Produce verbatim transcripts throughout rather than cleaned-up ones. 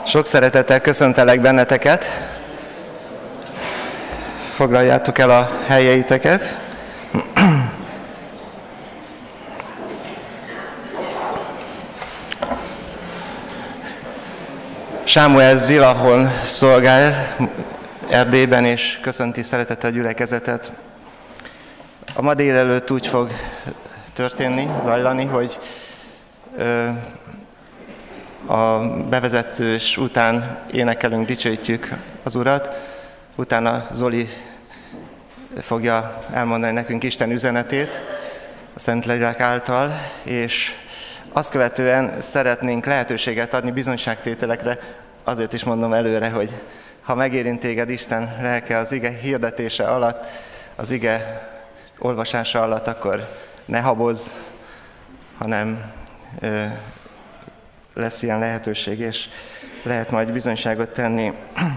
Sok szeretettel köszöntelek benneteket. Foglaljátok el a helyeiteket. Sámuel Zilahon szolgál Erdélyben, és köszönti szeretettel a gyülekezetet. A ma délelőtt úgy fog történni, zajlani, hogy ö, a bevezetős után énekelünk, dicsőítjük az Urat, utána Zoli fogja elmondani nekünk Isten üzenetét a Szentlélek által, és azt követően szeretnénk lehetőséget adni bizonyságtételekre. Azért is mondom előre, hogy ha megérint téged Isten lelke az ige hirdetése alatt, az ige olvasása alatt, akkor ne habozz, hanem ö, lesz ilyen lehetőség, és lehet majd bizonyságot tenni.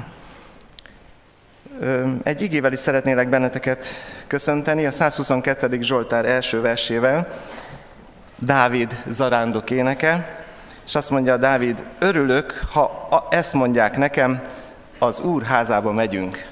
Egy igével is szeretnélek benneteket köszönteni, a százhuszonkettő Zsoltár első versével, Dávid zarándok éneke, és azt mondja Dávid: örülök, ha ezt mondják nekem, az Úr házába megyünk.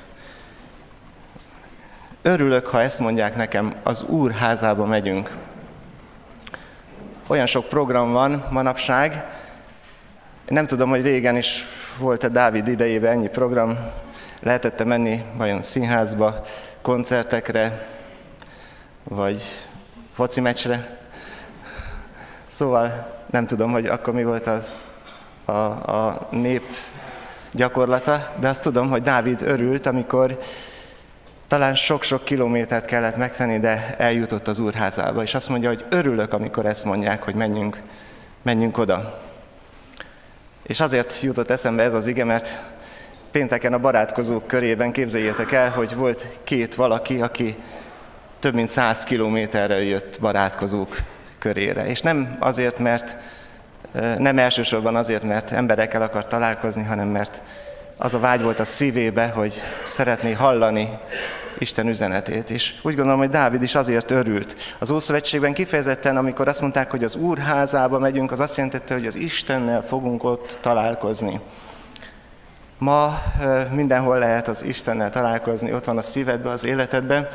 Örülök, ha ezt mondják nekem, az Úr házába megyünk. Olyan sok program van manapság, nem tudom, hogy régen is volt-e Dávid idejében ennyi program, lehetett menni vajon színházba, koncertekre, vagy foci meccsre. Szóval nem tudom, hogy akkor mi volt az a, a nép gyakorlata, de azt tudom, hogy Dávid örült, amikor talán sok-sok kilométert kellett megtenni, de eljutott az Úr házába, és azt mondja, hogy örülök, amikor ezt mondják, hogy menjünk, menjünk oda. És azért jutott eszembe ez az ige, mert pénteken a barátkozók körében képzeljétek el, hogy volt két valaki, aki több mint száz kilométerre jött barátkozók körére. És nem azért, mert, nem elsősorban azért, mert emberekkel akar találkozni, hanem mert az a vágy volt a szívébe, hogy szeretné hallani Isten üzenetét. És úgy gondolom, hogy Dávid is azért örült. Az Ószövetségben kifejezetten, amikor azt mondták, hogy az Úr házába megyünk, az azt jelentette, hogy az Istennel fogunk ott találkozni. Ma mindenhol lehet az Istennel találkozni, ott van a szívedben, az életedben.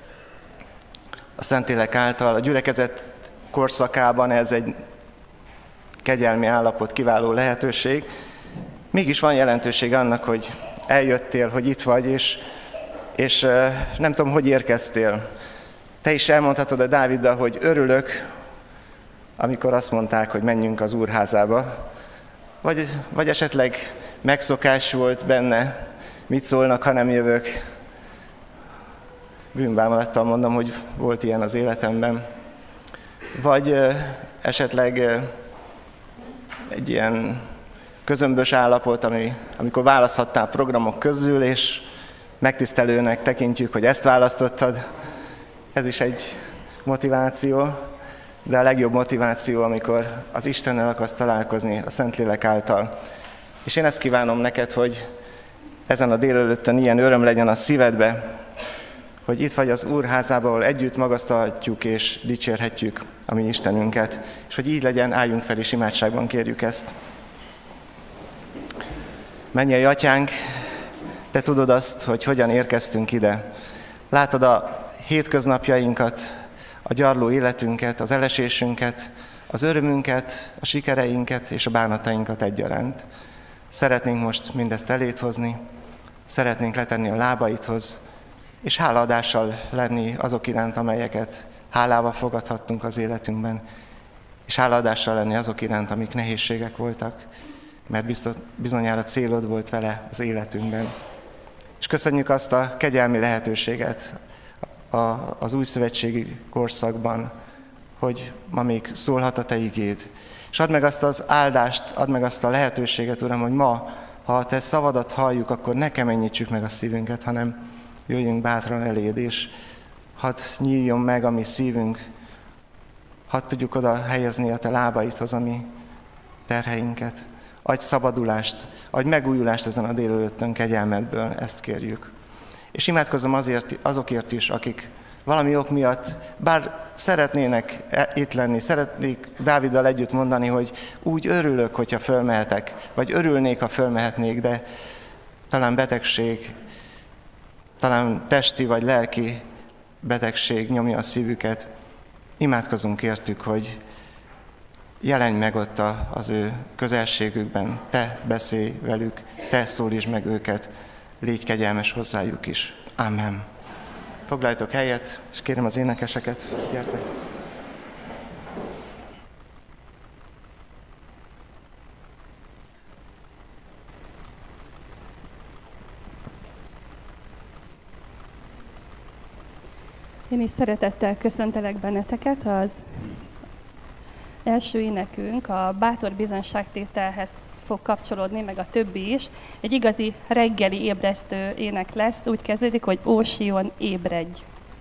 A Szentlélek által, a gyülekezet korszakában ez egy kegyelmi állapot, kiváló lehetőség. Mégis van jelentőség annak, hogy eljöttél, hogy itt vagy, és, és nem tudom, hogy érkeztél. Te is elmondhatod a Dáviddal, hogy örülök, amikor azt mondták, hogy menjünk az Úr házába. Vagy, vagy esetleg megszokás volt benne, mit szólnak, ha nem jövök. Bűnbámulattal mondom, hogy volt ilyen az életemben. Vagy ö, esetleg ö, egy ilyen közömbös állapot, ami, amikor választhattál programok közül, és megtisztelőnek tekintjük, hogy ezt választottad. Ez is egy motiváció, de a legjobb motiváció, amikor az Istennel akarsz találkozni a Szentlélek által. És én ezt kívánom neked, hogy ezen a délelőttön ilyen öröm legyen a szívedbe, hogy itt vagy az Úr házában, ahol együtt magasztalhatjuk és dicsérhetjük a mi Istenünket. És hogy így legyen, álljunk fel és imádságban kérjük ezt. Mennyei Atyánk, Te tudod azt, hogy hogyan érkeztünk ide. Látod a hétköznapjainkat, a gyarló életünket, az elesésünket, az örömünket, a sikereinket és a bánatainkat egyaránt. Szeretnénk most mindezt eléd hozni, szeretnénk letenni a lábaidhoz, és hálaadással lenni azok iránt, amelyeket hálával fogadhattunk az életünkben, és hálaadással lenni azok iránt, amik nehézségek voltak, mert biztos, bizonyára célod volt vele az életünkben. És köszönjük azt a kegyelmi lehetőséget a, az új szövetségi korszakban, hogy ma még szólhat a Te igéd. És add meg azt az áldást, add meg azt a lehetőséget, Uram, hogy ma, ha a Te szavadat halljuk, akkor ne keményítsük meg a szívünket, hanem jöjjünk bátran eléd, és hadd nyíljon meg a mi szívünk, hadd tudjuk oda helyezni a Te lábaidhoz a mi terheinket. Adj szabadulást, adj megújulást ezen a délelőttön kegyelmedből, ezt kérjük. És imádkozom azért, azokért is, akik valami ok miatt, bár szeretnének itt lenni, szeretnék Dáviddal együtt mondani, hogy úgy örülök, hogyha fölmehetek, vagy örülnék, ha fölmehetnék, de talán betegség, talán testi vagy lelki betegség nyomja a szívüket. Imádkozunk értük, hogy jelenj meg ott az ő közelségükben, te beszélj velük, te szólítsd meg őket, légy kegyelmes hozzájuk is. Amen. Foglaljatok helyet, és kérem az énekeseket, gyertek. Én is szeretettel köszöntelek benneteket. Az első énekünk a bátor bizonyságtételhez fog kapcsolódni, meg a többi is. Egy igazi reggeli ébresztő ének lesz, úgy kezdődik, hogy Ó Sion, ébredj!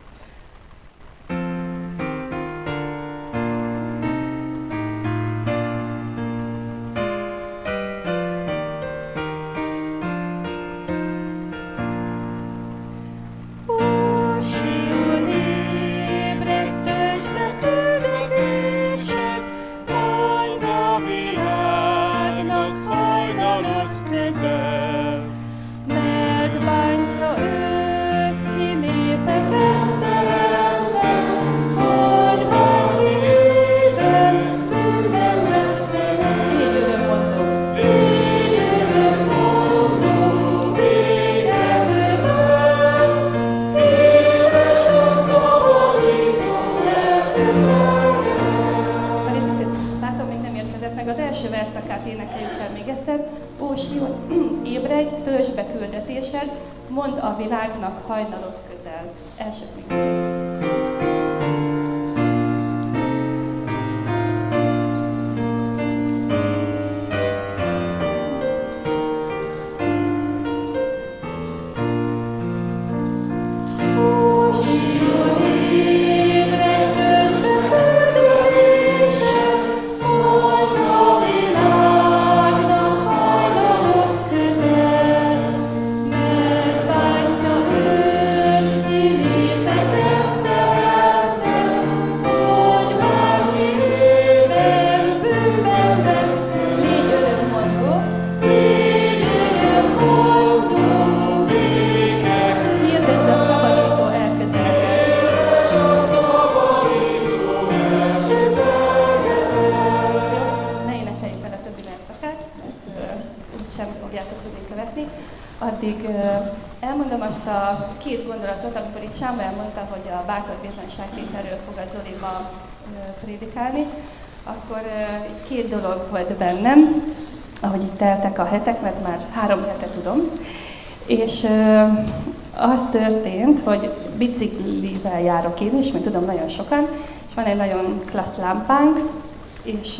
Mondd a világnak, hajnalod közel. Első még. Addig elmondom azt a két gondolatot, amikor itt Sámuel mondta, hogy a bátor bizonyságtételről fog a Zoli ma prédikálni, akkor így két dolog volt bennem, ahogy itt teltek a hetek, mert már három hete tudom, és az történt, hogy biciklivel járok én is, mint tudom nagyon sokan, és van egy nagyon klassz lámpánk, és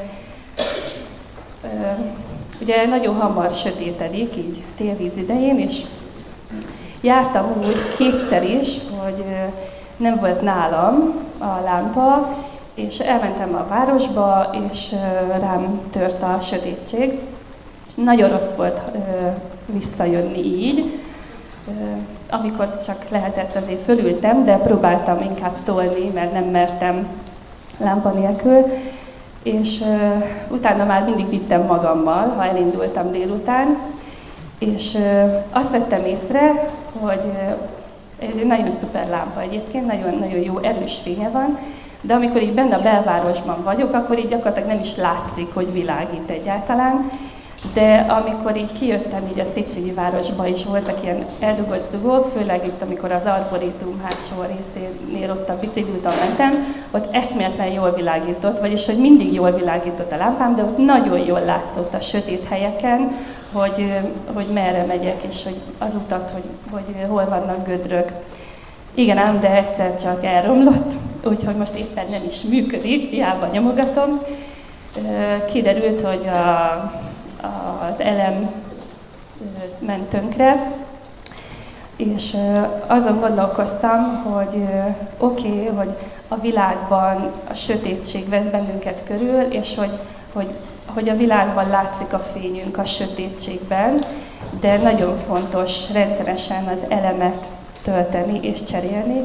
ugye nagyon hamar sötétedik, így télvíz idején, és jártam úgy kétszer is, hogy nem volt nálam a lámpa, és elmentem a városba, és rám tört a sötétség. Nagyon rossz volt visszajönni így. Amikor csak lehetett, azért fölültem, de próbáltam inkább tolni, mert nem mertem lámpa nélkül. És uh, utána már mindig vittem magammal, ha elindultam délután, és uh, azt vettem észre, hogy uh, egy nagyon szuper lámpa egyébként, nagyon-nagyon jó erős fénye van, de amikor így benne a belvárosban vagyok, akkor így gyakorlatilag nem is látszik, hogy világít egyáltalán, de amikor így kijöttem így a Széchenyi városba is voltak ilyen eldugott zugok, főleg itt, amikor az arborétum hátsó részénél ott a bicikliúton mentem, ott eszméletlen jól világított, vagyis hogy mindig jól világított a lámpám, de ott nagyon jól látszott a sötét helyeken, hogy, hogy merre megyek, és hogy az utat, hogy, hogy hol vannak gödrök. Igen ám, de egyszer csak elromlott, úgyhogy most éppen nem is működik, hiába nyomogatom. Kiderült, hogy a az elem ment tönkre, és azon gondolkoztam, hogy oké, okay, hogy a világban a sötétség vesz bennünket körül, és hogy, hogy, hogy a világban látszik a fényünk a sötétségben, de nagyon fontos rendszeresen az elemet tölteni és cserélni,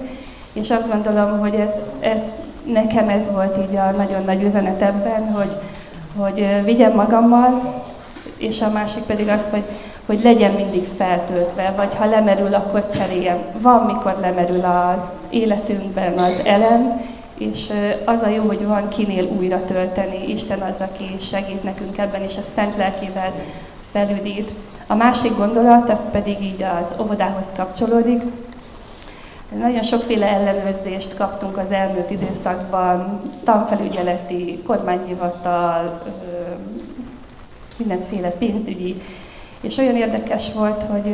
És azt gondolom, hogy ez, ez nekem ez volt így a nagyon nagy üzenet ebben, hogy, hogy vigyem magammal, és a másik pedig azt, hogy, hogy legyen mindig feltöltve, vagy ha lemerül, akkor cseréljem. Van, mikor lemerül az életünkben az elem, és az a jó, hogy van kinél újra tölteni. Isten az, aki segít nekünk ebben, és a Szent Lelkével felüdít. A másik gondolat, az pedig így az óvodához kapcsolódik. Nagyon sokféle ellenőrzést kaptunk az elmúlt időszakban, tanfelügyeleti, kormányhivatal, mindenféle pénzügyi, és olyan érdekes volt, hogy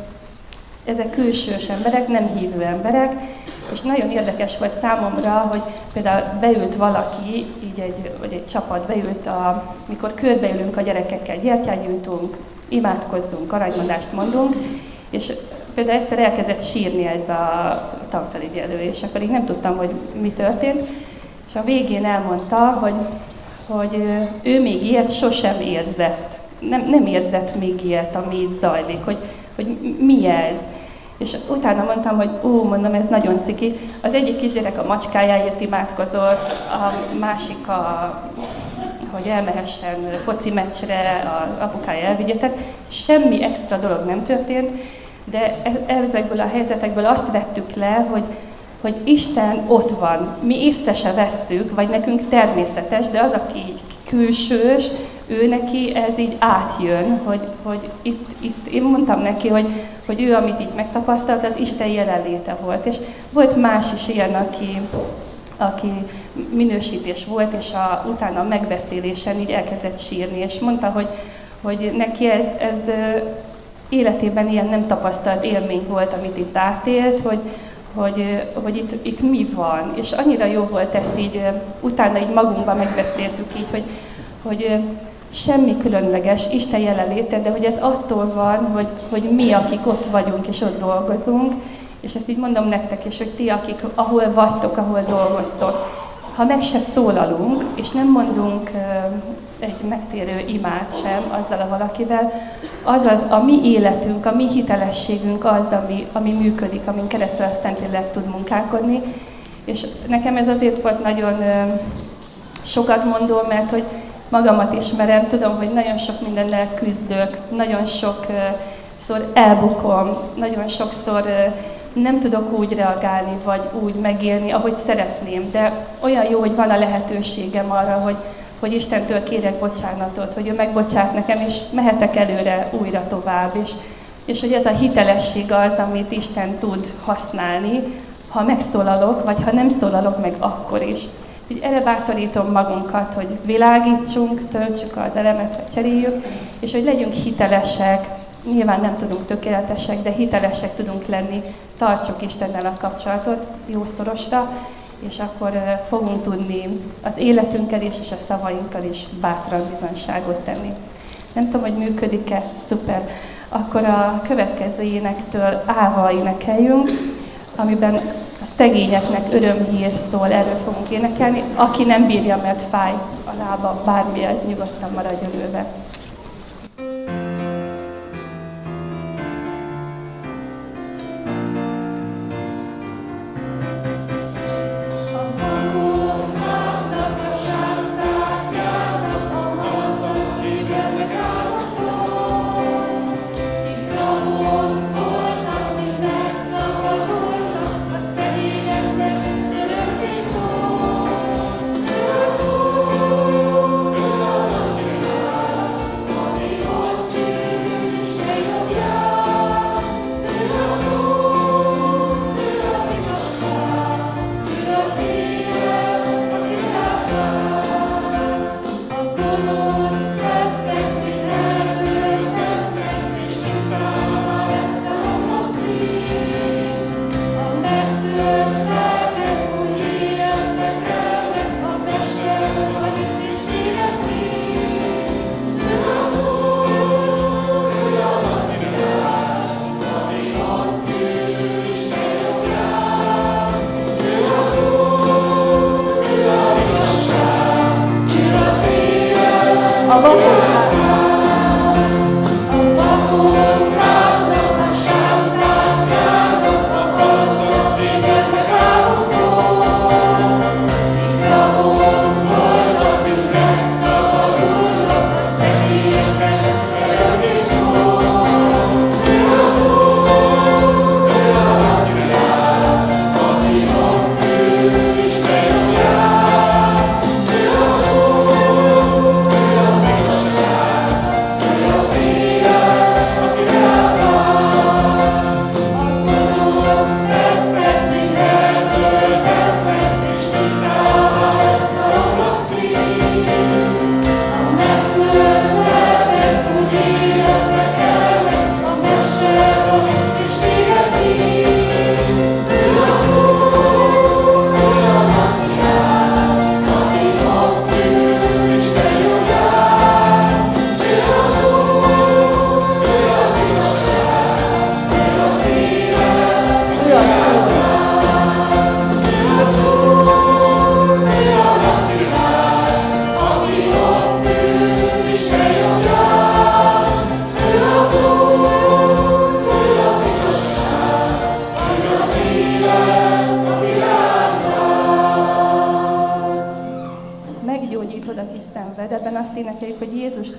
ezek külsős emberek, nem hívő emberek, és nagyon érdekes volt számomra, hogy például beült valaki, így egy, vagy egy csapat beült, a, mikor körbeülünk a gyerekekkel, gyertyát gyújtunk, imádkozzunk, aranymondást mondunk, és például egyszer elkezdett sírni ez a tanfelügyelő, és akkor így nem tudtam, hogy mi történt, és a végén elmondta, hogy, hogy ő még ilyet sosem érzett. Nem, nem érzett még ilyet, ami itt zajlik, hogy, hogy mi ez. És utána mondtam, hogy ó, mondom, ez nagyon ciki. Az egyik kisgyerek a macskájáért imádkozott, a másik, a, hogy elmehessen foci meccsre, a apukája elvigyetek. Semmi extra dolog nem történt, de ezekből a helyzetekből azt vettük le, hogy, hogy Isten ott van. Mi észre se vesszük, vagy nekünk természetes, de az, aki így külsős, ő neki ez így átjön, hogy, hogy itt, itt, én mondtam neki, hogy, hogy ő, amit így megtapasztalt, az Isten jelenléte volt. És volt más is ilyen, aki, aki minősítés volt, és a, utána a megbeszélésen így elkezdett sírni, és mondta, hogy, hogy neki ez, ez életében ilyen nem tapasztalt élmény volt, amit itt átélt, hogy, hogy, hogy itt, itt mi van. És annyira jó volt ezt így, utána így magunkban megbeszéltük így, hogy, hogy semmi különleges, Isten jelenléte, de hogy ez attól van, hogy, hogy mi, akik ott vagyunk és ott dolgozunk, és ezt így mondom nektek is, hogy ti, akik ahol vagytok, ahol dolgoztok, ha meg se szólalunk, és nem mondunk egy megtérő imát sem azzal a valakivel, az az a mi életünk, a mi hitelességünk az, ami, ami működik, amin keresztül a Szentlélek tud munkálkodni. És nekem ez azért volt nagyon sokat mondó, mert hogy magamat ismerem, tudom, hogy nagyon sok mindennel küzdök, nagyon sokszor elbukom, nagyon sokszor nem tudok úgy reagálni, vagy úgy megélni, ahogy szeretném, de olyan jó, hogy van a lehetőségem arra, hogy, hogy Istentől kérek bocsánatot, hogy ő megbocsát nekem, és mehetek előre újra tovább, és, és hogy ez a hitelesség az, amit Isten tud használni, ha megszólalok, vagy ha nem szólalok meg akkor is. Úgy erre bátorítom magunkat, hogy világítsunk, töltsük az elemet, vagy cseréljük, és hogy legyünk hitelesek, nyilván nem tudunk tökéletesek, de hitelesek tudunk lenni, tartsuk Istennel a kapcsolatot jószorosra, és akkor fogunk tudni az életünkkel is, és a szavainkkal is bátran bizonyságot tenni. Nem tudom, hogy működik-e, szuper. Akkor a következő énektől állva énekeljünk, amiben a szegényeknek örömhír szól, erről fogunk énekelni. Aki nem bírja, mert fáj a lába, bármi, ez nyugodtan maradjon ülve. Thank you.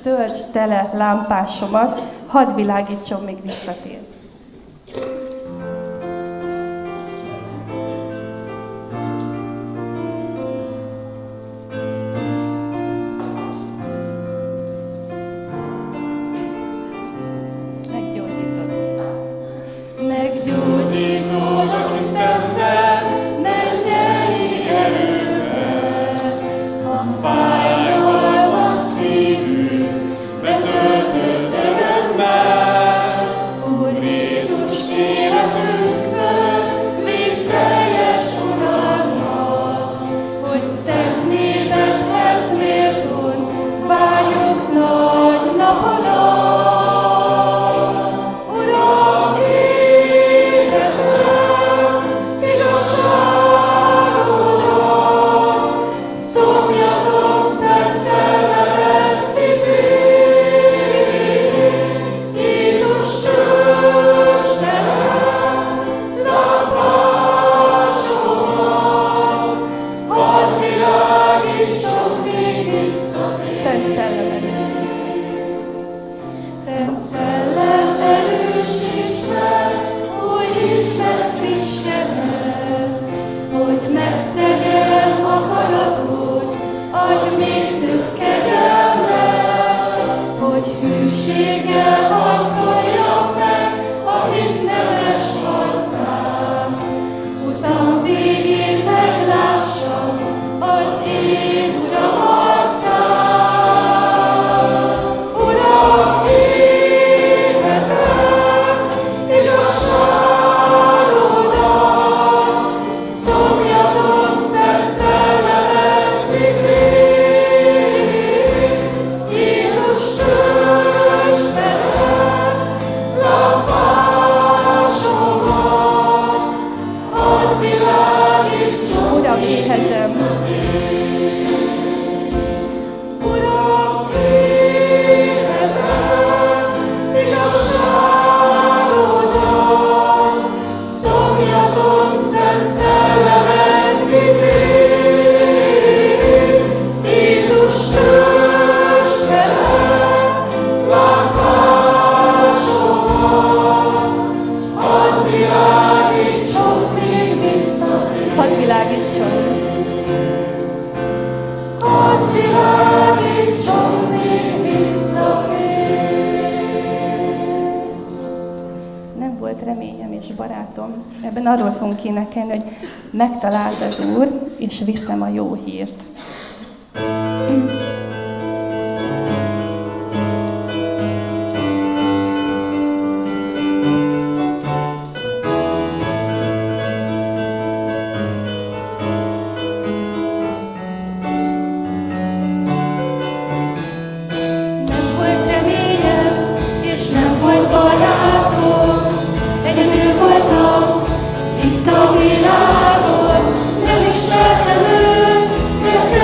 töltsd tele lámpásomat, hadd világítson, még visszatérsz. Meggyógyítod, aki szenved, mennyei erővel, a fájdalmas szívűt betöltöd örömmel. Ó Jézus, életünk fölött vidd teljes uralmat, hogy szent névedhez méltón várjuk nagy napodat. Ebben arról fogunk énekelni, hogy megtalált az Úr, és viszem a jó hírt. Itt a világon nem ismertem őt,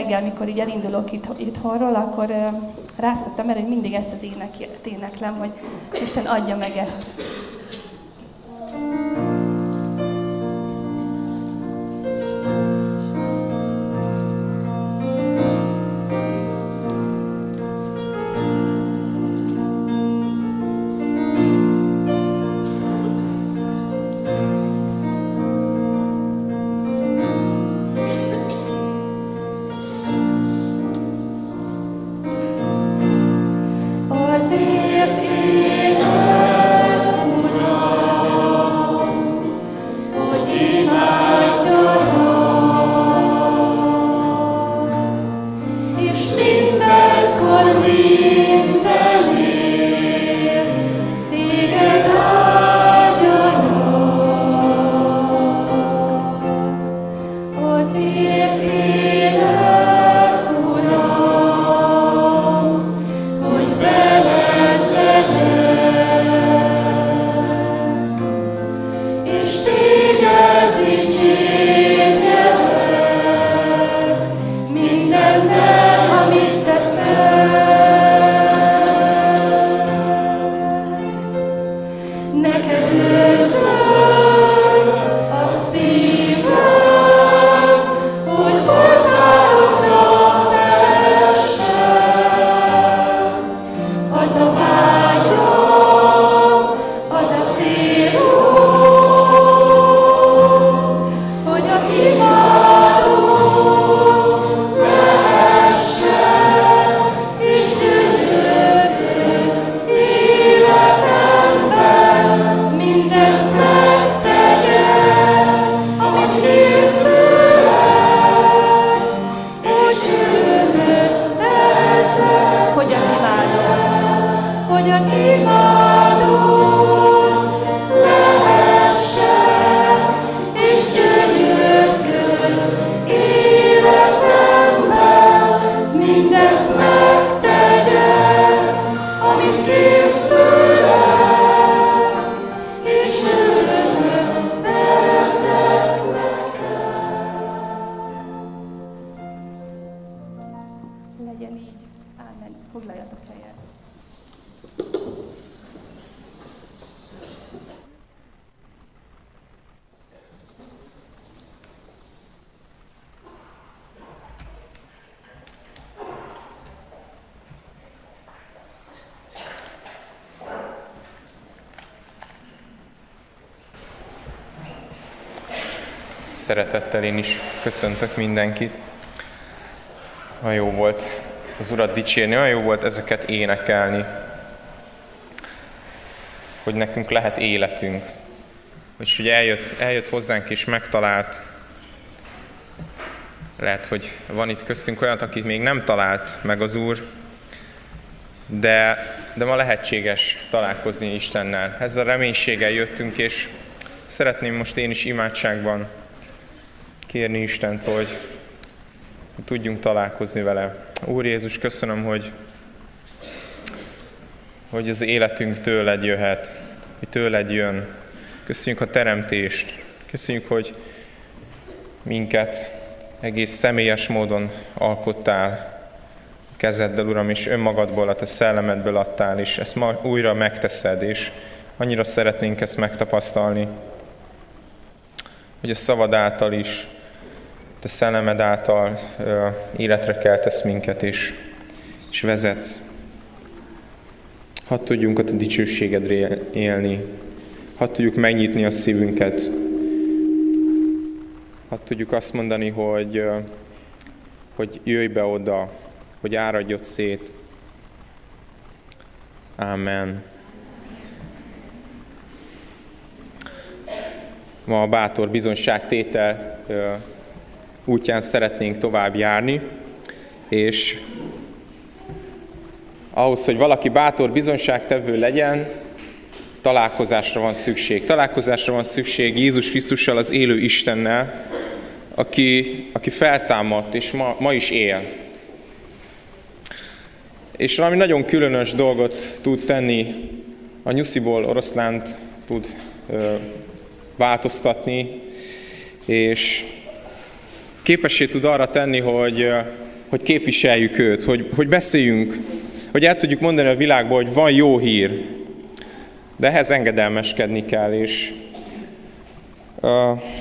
reggel, mikor így elindulok itt, itthonról, akkor ráztattam erre, hogy mindig ezt az éneket éneklem, hogy Isten adja meg ezt. Azért élek, Uram, hogy imádjalak, és mindenkor, mindenért téged áldjalak. Azért élek, Uram, hogy veled legyek, és téged dicsérjelek mindennel, amit teszel. Neked őrzöm a szívem, hogy határokra tehessen. Az a vágyam, az a célom, hogy az imádott lehessen, és gyönyörköd életemben, mindent megtegyek, amit kész tőlem, és örömöt szerzek, Hogy az imádott, hogy az imádott lehessen, és gyönyörköd életemben, mindent megtegyek, amit kész tőlem, és örömöt szerezzek neked. legyen így. Ámen. Foglaljatok helyet. Szeretettel én is köszöntök mindenkit. Olyan jó volt az Urat dicsérni, olyan jó volt ezeket énekelni, hogy nekünk lehet életünk, és hogy eljött, eljött hozzánk és megtalált. Lehet, hogy van itt köztünk olyan, akit még nem talált meg az Úr, de, de ma lehetséges találkozni Istennel. Ezzel a reménységgel jöttünk, és szeretném most én is imádságban kérni Istent, hogy tudjunk találkozni vele. Úr Jézus, köszönöm, hogy, hogy az életünk tőled jöhet, hogy tőled jön. Köszönjük a teremtést. Köszönjük, hogy minket egész személyes módon alkottál a kezeddel, Uram, és önmagadból, a te szellemedből adtál, és ezt ma újra megteszed, és annyira szeretnénk ezt megtapasztalni, hogy a szavad által is, te szellemed által ö, életre keltesz minket, és, és vezetsz. Hadd tudjunk a te dicsőségedre élni, hadd tudjuk megnyitni a szívünket, hadd tudjuk azt mondani, hogy, ö, hogy jöjj be oda, hogy áradj ott szét. Ámen. Ma a bátor bizonyságtétel ö, útján szeretnénk tovább járni, és ahhoz, hogy valaki bátor bizonyságtevő legyen, találkozásra van szükség. Találkozásra van szükség Jézus Krisztussal, az élő Istennel, aki, aki feltámadt, és ma, ma is él. És valami nagyon különös dolgot tud tenni, a nyusziból oroszlánt tud ö, változtatni, és képessé tud arra tenni, hogy, hogy képviseljük őt, hogy, hogy beszéljünk, hogy el tudjuk mondani a világban, hogy van jó hír. De ehhez engedelmeskedni kell, és uh,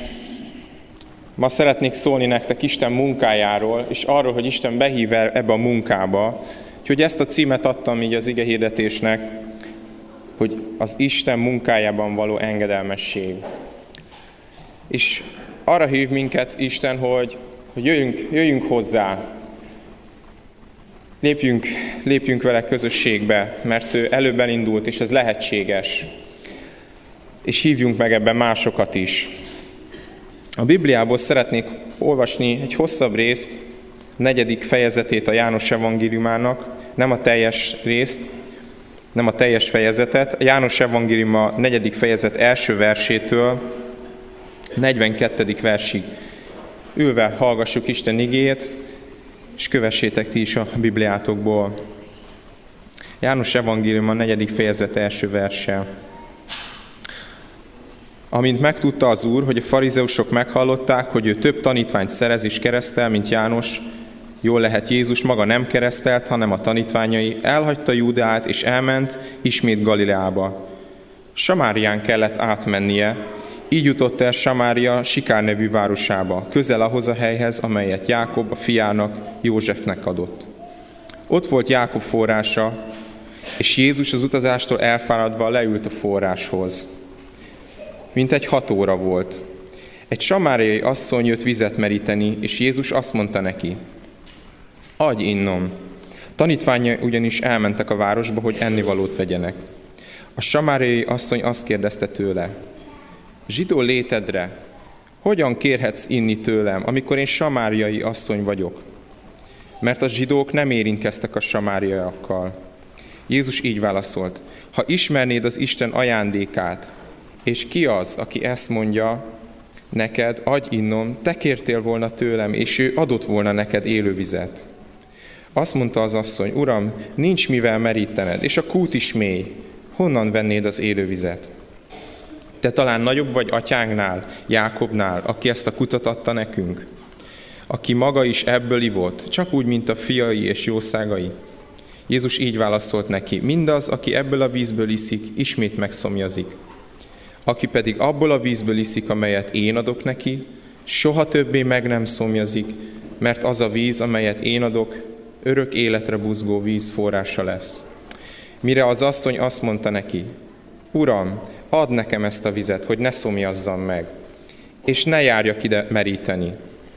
ma szeretnék szólni nektek Isten munkájáról, és arról, hogy Isten behív ebbe a munkába. Úgyhogy ezt a címet adtam így az igehirdetésnek, hogy az Isten munkájában való engedelmesség. És arra hív minket Isten, hogy, hogy jöjjünk, jöjjünk hozzá, lépjünk, lépjünk vele közösségbe, mert ő előbb elindult, és ez lehetséges. És hívjunk meg ebben másokat is. A Bibliából szeretnék olvasni egy hosszabb részt, negyedik fejezetét a János evangéliumának, nem a teljes részt, nem a teljes fejezetet. A János evangéliuma negyedik fejezet első versétől negyvenkettedik versig ülve hallgassuk Isten igéjét, és kövessétek ti is a Bibliátokból. János evangéliuma negyedik fejezet első verse. Amint megtudta az Úr, hogy a farizeusok meghallották, hogy ő több tanítványt szerez és keresztel, mint János, jól lehet Jézus maga nem keresztelt, hanem a tanítványai, elhagyta Júdeát és elment ismét Galileába. Samárián kellett átmennie, így jutott el Samária Sikár nevű városába, közel ahhoz a helyhez, amelyet Jákob a fiának, Józsefnek adott. Ott volt Jákob forrása, és Jézus az utazástól elfáradva leült a forráshoz. Mintegy hat óra volt. Egy samáriai asszony jött vizet meríteni, és Jézus azt mondta neki, adj innom. Tanítványai ugyanis elmentek a városba, hogy ennivalót vegyenek. A samáriai asszony azt kérdezte tőle, zsidó létedre, hogyan kérhetsz inni tőlem, amikor én samáriai asszony vagyok? Mert a zsidók nem érintkeztek a samáriaiakkal. Jézus így válaszolt, ha ismernéd az Isten ajándékát, és ki az, aki ezt mondja neked, adj innom, te kértél volna tőlem, és ő adott volna neked élővizet. Azt mondta az asszony, Uram, nincs mivel merítened, és a kút is mély, honnan vennéd az élővizet? Te talán nagyobb vagy atyánknál, Jákobnál, aki ezt a kutat adta nekünk, aki maga is ebből ivott, csak úgy, mint a fiai és jószágai. Jézus így válaszolt neki, mindaz, aki ebből a vízből iszik, ismét megszomjazik. Aki pedig abból a vízből iszik, amelyet én adok neki, soha többé meg nem szomjazik, mert az a víz, amelyet én adok, örök életre buzgó víz forrása lesz. Mire az asszony azt mondta neki, Uram, add nekem ezt a vizet, hogy ne szomjazzam meg, és ne járjak ide meríteni.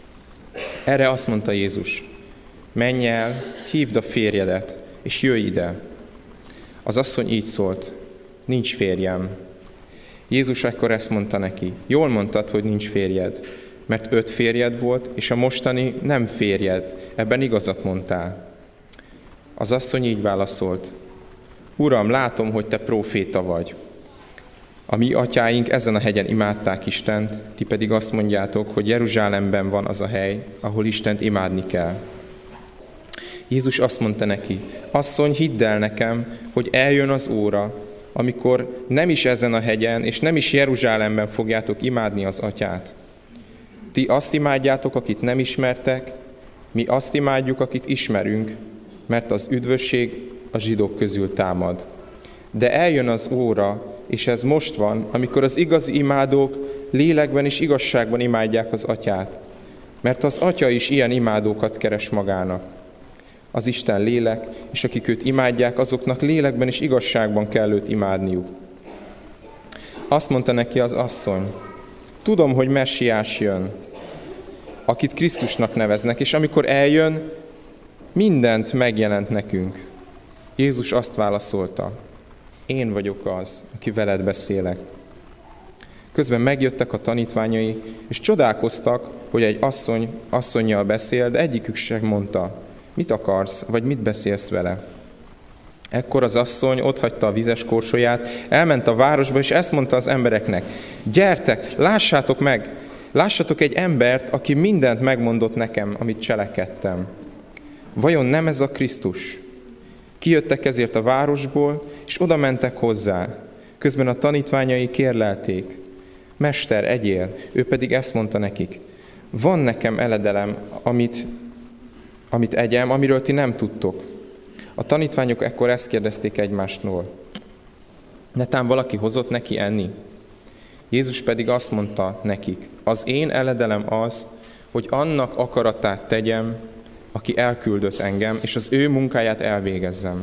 Erre azt mondta Jézus, menj el, hívd a férjedet, és jöjj ide. Az asszony így szólt, nincs férjem. Jézus ekkor ezt mondta neki, jól mondtad, hogy nincs férjed, mert öt férjed volt, és a mostani nem férjed, ebben igazat mondtál. Az asszony így válaszolt, Uram, látom, hogy te próféta vagy. A mi atyáink ezen a hegyen imádták Istent, ti pedig azt mondjátok, hogy Jeruzsálemben van az a hely, ahol Istent imádni kell. Jézus azt mondta neki, asszony, hidd el nekem, hogy eljön az óra, amikor nem is ezen a hegyen, és nem is Jeruzsálemben fogjátok imádni az atyát. Ti azt imádjátok, akit nem ismertek, mi azt imádjuk, akit ismerünk, mert az üdvösség a zsidók közül támad. De eljön az óra, és ez most van, amikor az igazi imádók lélekben és igazságban imádják az atyát, mert az atya is ilyen imádókat keres magának. Az Isten lélek, és akik őt imádják, azoknak lélekben és igazságban kell őt imádniuk. Azt mondta neki az asszony, tudom, hogy Messiás jön, akit Krisztusnak neveznek, és amikor eljön, mindent megjelent nekünk. Jézus azt válaszolta, én vagyok az, aki veled beszélek. Közben megjöttek a tanítványai, és csodálkoztak, hogy egy asszony asszonnyal beszél, de egyikük sem mondta, mit akarsz, vagy mit beszélsz vele. Ekkor az asszony otthagyta a vizes korsóját, elment a városba, és ezt mondta az embereknek, gyertek, lássátok meg, lássatok egy embert, aki mindent megmondott nekem, amit cselekedtem. Vajon nem ez a Krisztus? Kijöttek ezért a városból, és oda mentek hozzá. Közben a tanítványai kérlelték, Mester, egyél, ő pedig ezt mondta nekik, van nekem eledelem, amit amit egyem, amiről ti nem tudtok. A tanítványok ekkor ezt kérdezték egymástól. Netán valaki hozott neki enni? Jézus pedig azt mondta nekik, az én eledelem az, hogy annak akaratát tegyem, aki elküldött engem, és az ő munkáját elvégezzem.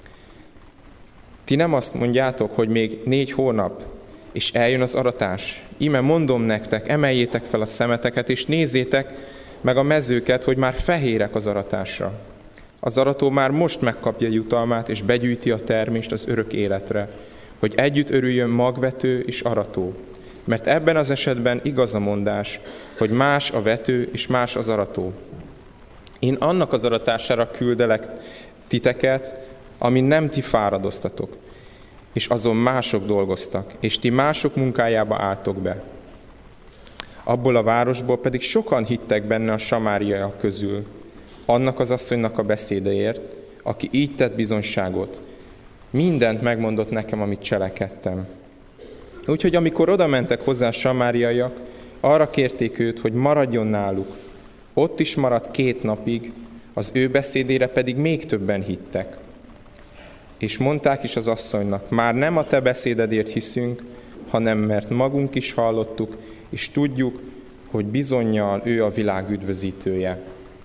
Ti nem azt mondjátok, hogy még négy hónap, és eljön az aratás. Íme mondom nektek, emeljétek fel a szemeteket, és nézzétek meg a mezőket, hogy már fehérek az aratásra. Az arató már most megkapja jutalmát, és begyűjti a termést az örök életre, hogy együtt örüljön magvető és arató. Mert ebben az esetben igaz a mondás, hogy más a vető és más az arató. Én annak az aratására küldelek titeket, amin nem ti fáradoztatok, és azon mások dolgoztak, és ti mások munkájába álltok be. Abból a városból pedig sokan hittek benne a samáriaiak közül, annak az asszonynak a beszédeért, aki így tett bizonyságot. Mindent megmondott nekem, amit cselekedtem. Úgyhogy amikor oda mentek hozzá a samáriaiak, arra kérték őt, hogy maradjon náluk. Ott is maradt két napig, az ő beszédére pedig még többen hittek. És mondták is az asszonynak, már nem a te beszédedért hiszünk, hanem mert magunk is hallottuk, és tudjuk, hogy bizonnyal ő a világ üdvözítője.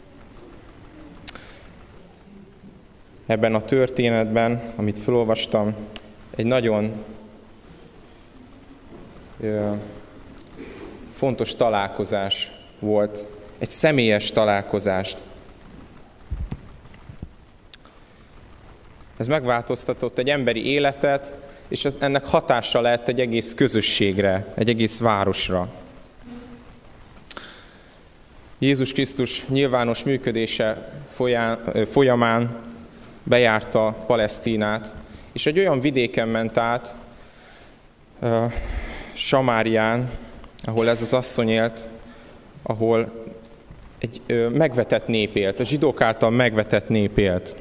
Ebben a történetben, amit felolvastam, egy nagyon ö, fontos találkozás volt, egy személyes találkozás. Ez megváltoztatott egy emberi életet, és ez, ennek hatása lett egy egész közösségre, egy egész városra. Jézus Krisztus nyilvános működése folyán, folyamán bejárta Palesztinát, és egy olyan vidéken ment át, uh, Samárián, ahol ez az asszony élt, ahol egy uh, megvetett nép élt, a zsidók által megvetett nép élt.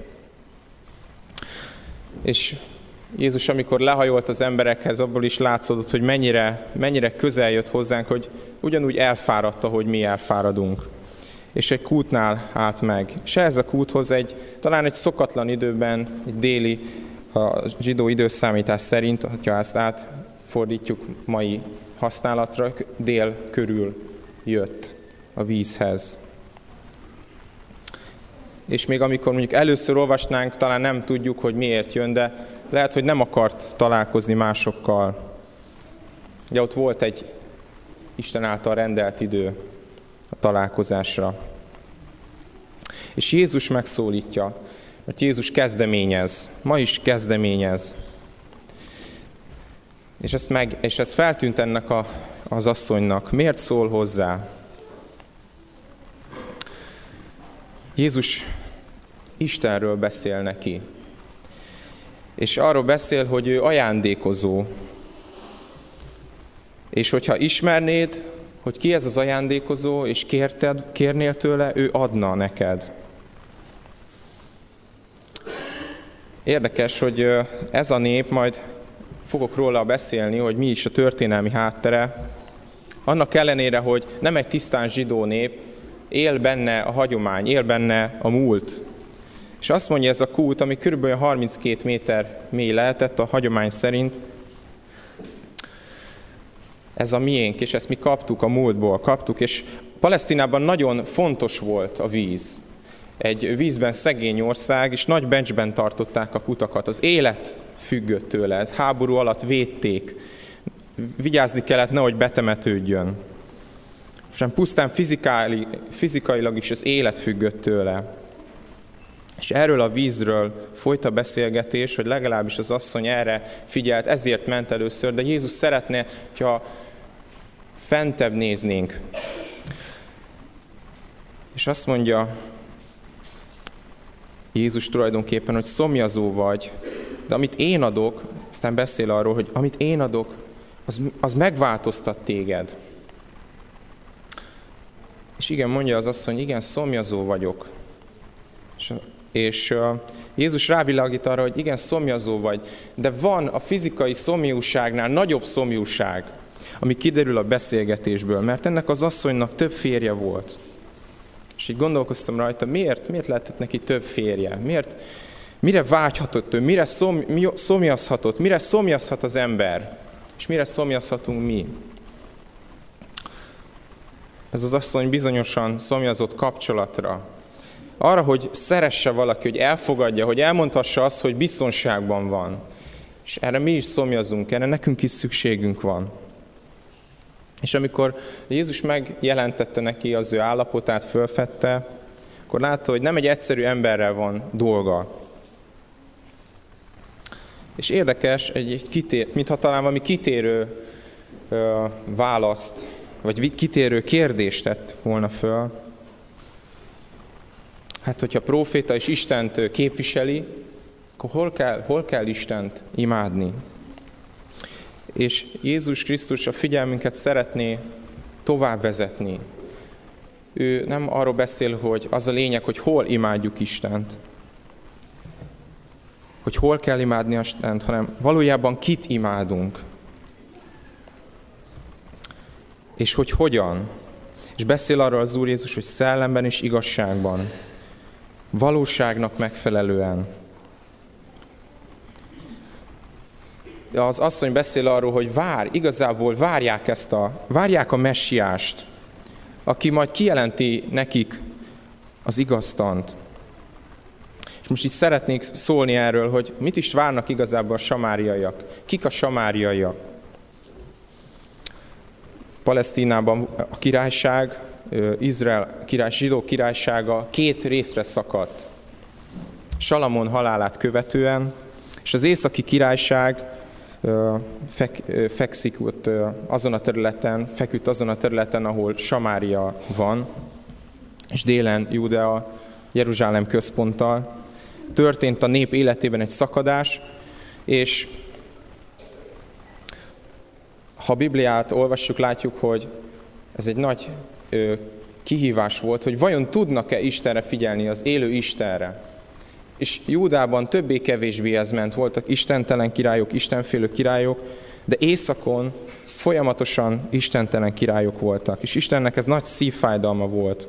És Jézus, amikor lehajolt az emberekhez, abból is látszódott, hogy mennyire, mennyire közel jött hozzánk, hogy ugyanúgy elfáradt, ahogy mi elfáradunk. És egy kútnál állt meg. És ehhez a kúthoz egy, talán egy szokatlan időben, egy déli, a zsidó időszámítás szerint, ha ezt átfordítjuk mai használatra, dél körül jött a vízhez. És még amikor mondjuk először olvasnánk, talán nem tudjuk, hogy miért jön, de lehet, hogy nem akart találkozni másokkal. Ugye ott volt egy Isten által rendelt idő a találkozásra. És Jézus megszólítja, mert Jézus kezdeményez, ma is kezdeményez. És ezt, meg, és ez feltűnt ennek a, az asszonynak. Miért szól hozzá? Jézus Istenről beszél neki. És arról beszél, hogy ő ajándékozó. És hogyha ismernéd, hogy ki ez az ajándékozó, és kérted, kérnél tőle, ő adna neked. Érdekes, hogy ez a nép, majd fogok róla beszélni, hogy mi is a történelmi háttere. Annak ellenére, hogy nem egy tisztán zsidó nép, él benne a hagyomány, él benne a múlt. És azt mondja ez a kút, ami kb. harminckét méter mély lehetett a hagyomány szerint, ez a miénk, és ezt mi kaptuk a múltból, kaptuk, és Palesztinában nagyon fontos volt a víz. Egy vízben szegény ország, és nagy becsben tartották a kutakat. Az élet függött tőle, háború alatt védték. Vigyázni kellett, nehogy betemetődjön. És pusztán fizikai, fizikailag is az élet függött tőle. És erről a vízről folyt a beszélgetés, hogy legalábbis az asszony erre figyelt, ezért ment először, de Jézus szeretne, hogyha fentebb néznénk. És azt mondja Jézus tulajdonképpen, hogy szomjazó vagy, de amit én adok, aztán beszél arról, hogy amit én adok, az, az megváltoztat téged. És igen, mondja az asszony, igen, szomjazó vagyok. És, és uh, Jézus rávilágít arra, hogy igen, szomjazó vagy, de van a fizikai szomjúságnál nagyobb szomjúság, ami kiderül a beszélgetésből, mert ennek az asszonynak több férje volt. És így gondolkoztam rajta, miért, miért lehetett neki több férje? Miért, mire vágyhatott ő? Mire szom, mi, szomjazhatott? Mire szomjazhat az ember? És mire szomjazhatunk mi? Ez az asszony bizonyosan szomjazott kapcsolatra. Arra, hogy szeresse valaki, hogy elfogadja, hogy elmondhassa azt, hogy biztonságban van. És erre mi is szomjazunk, erre nekünk is szükségünk van. És amikor Jézus megjelentette neki az ő állapotát, fölfedte, akkor látta, hogy nem egy egyszerű emberrel van dolga. És érdekes, egy, egy kitér, mintha talán valami kitérő ö, választ, vagy kitérő kérdést tett volna föl. Hát, hogyha próféta és Istent képviseli, akkor hol kell, hol kell Istent imádni? És Jézus Krisztus a figyelmünket szeretné tovább vezetni. Ő nem arról beszél, hogy az a lényeg, hogy hol imádjuk Istent, hogy hol kell imádni Istent, hanem valójában kit imádunk. És hogy hogyan. És beszél arról az Úr Jézus, hogy szellemben és igazságban, valóságnak megfelelően. Az asszony beszél arról, hogy vár, igazából várják ezt a, várják a messiást, aki majd kijelenti nekik az igaztant. És most itt szeretnék szólni erről, hogy mit is várnak igazából a samáriaiak. Kik a samáriaiak? Palesztinában a királyság, Izrael király, zsidó királysága két részre szakadt. Salamon halálát követően, és az északi királyság fek, fekszik ott azon a területen, feküdt azon a területen, ahol Samária van, és délen Júdea, Jeruzsálem központtal. Történt a nép életében egy szakadás, és ha a Bibliát olvassuk, látjuk, hogy ez egy nagy ö, kihívás volt, hogy vajon tudnak-e Istenre figyelni, az élő Istenre. És Júdában többé-kevésbé ez ment, voltak istentelen királyok, istenfélő királyok, de északon folyamatosan istentelen királyok voltak, és Istennek ez nagy szívfájdalma volt.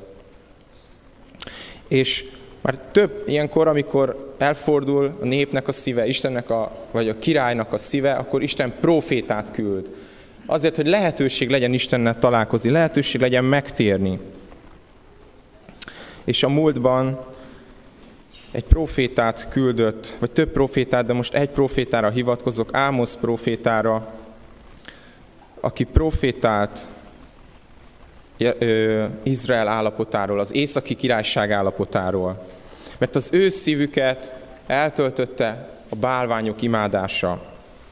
És már több ilyenkor, amikor elfordul a népnek a szíve, Istennek a, vagy a királynak a szíve, akkor Isten prófétát küld. Azért, hogy lehetőség legyen Istennel találkozni, lehetőség legyen megtérni. És a múltban egy prófétát küldött, vagy több prófétát, de most egy prófétára hivatkozok, Ámosz prófétára, aki prófétált Izrael állapotáról, az északi királyság állapotáról. Mert az ő szívüket eltöltötte a bálványok imádása.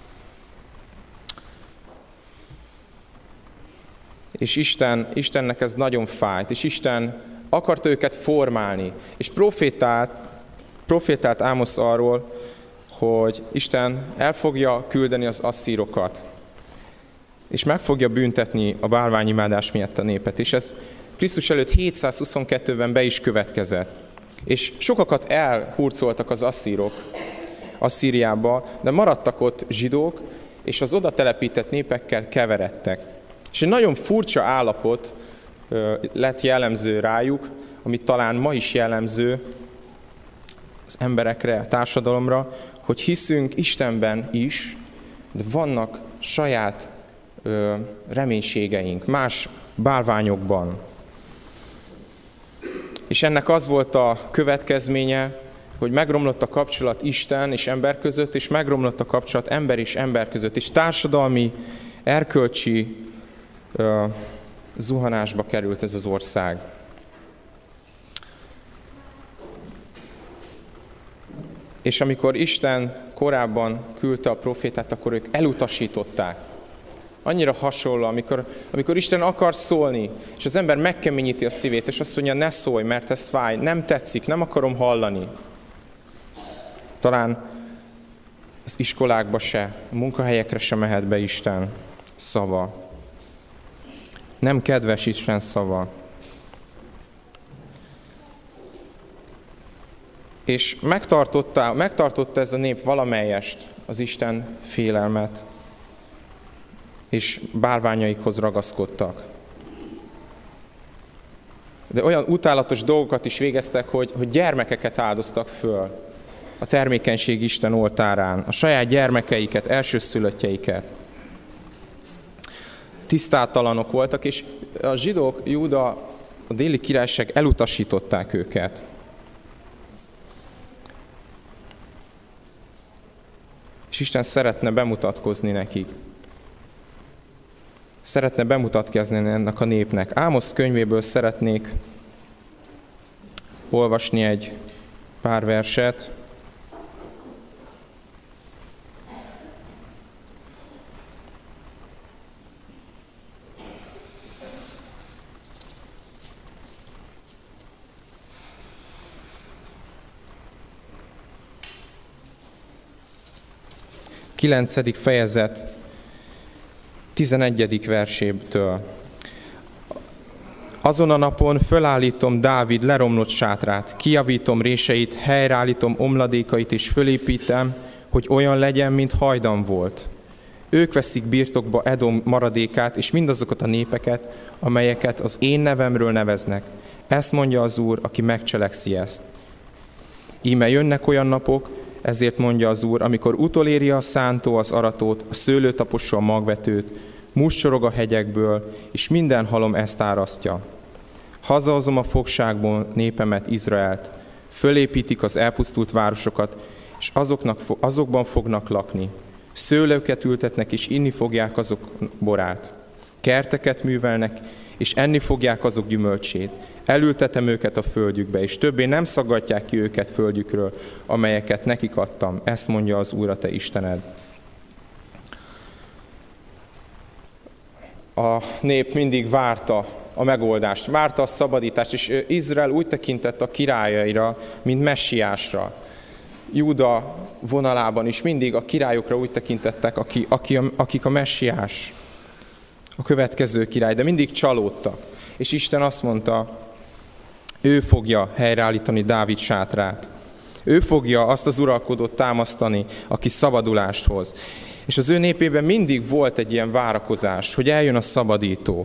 És Isten, Istennek ez nagyon fájt, és Isten akarta őket formálni. És profétált, profétált Ámosz arról, hogy Isten el fogja küldeni az asszírokat, és meg fogja büntetni a bálványimádás miatt a népet. És ez Krisztus előtt hétszázhuszonkettőben be is következett. És sokakat elhurcoltak az asszírok Asszíriába, de maradtak ott zsidók, és az oda telepített népekkel keveredtek. És egy nagyon furcsa állapot lett jellemző rájuk, amit talán ma is jellemző az emberekre, a társadalomra, hogy hiszünk Istenben is, de vannak saját ö, reménységeink, más bálványokban. És ennek az volt a következménye, hogy megromlott a kapcsolat Isten és ember között, és megromlott a kapcsolat ember és ember között, és társadalmi, erkölcsi ö, zuhanásba került ez az ország. És amikor Isten korábban küldte a profétát, akkor ők elutasították. Annyira hasonló, amikor, amikor Isten akar szólni, és az ember megkeményíti a szívét, és azt mondja, ne szólj, mert ez fáj, nem tetszik, nem akarom hallani. Talán az iskolákba se, a munkahelyekre se mehet be Isten szava. Nem kedves Isten szava. És megtartotta, megtartotta ez a nép valamelyest az Isten félelmet, és bálványaikhoz ragaszkodtak. de olyan utálatos dolgokat is végeztek, hogy, hogy gyermekeket áldoztak föl a termékenység Isten oltárán, a saját gyermekeiket, elsőszülöttjeiket. Tisztátalanok voltak, és a zsidók, Júda, a déli királyság elutasították őket. És Isten szeretne bemutatkozni nekik. Szeretne bemutatkozni ennek a népnek. Ámosz könyvéből szeretnék olvasni egy pár verset. kilencedik fejezet tizenegyedik versébtől. Azon a napon fölállítom Dávid leromlott sátrát, kijavítom réseit, helyreállítom omladékait és fölépítem, hogy olyan legyen, mint hajdan volt. Ők veszik birtokba Edom maradékát és mindazokat a népeket, amelyeket az én nevemről neveznek. Ezt mondja az Úr, aki megcselekszi ezt. Íme jönnek olyan napok, ezért mondja az Úr, amikor utoléri a szántó az aratót, a szőlő tapossa a magvetőt, muscsorog a hegyekből, és minden halom ezt árasztja. Hazahozom a fogságból népemet, Izraelt, fölépítik az elpusztult városokat, és azoknak, azokban fognak lakni. Szőlőket ültetnek, és inni fogják azok borát. Kerteket művelnek, és enni fogják azok gyümölcsét. Elültetem őket a földjükbe, és többé nem szaggatják ki őket földjükről, amelyeket nekik adtam. Ezt mondja az Úr, a te Istened. A nép mindig várta a megoldást, várta a szabadítást, és Izrael úgy tekintett a királyaira, mint messiásra. Júda vonalában is mindig a királyokra úgy tekintettek, aki, aki, akik a messiás, a következő király, de mindig csalódtak. És Isten azt mondta, ő fogja helyreállítani Dávid sátrát. Ő fogja azt az uralkodót támasztani, aki szabadulást hoz. És az ő népében mindig volt egy ilyen várakozás, hogy eljön a szabadító.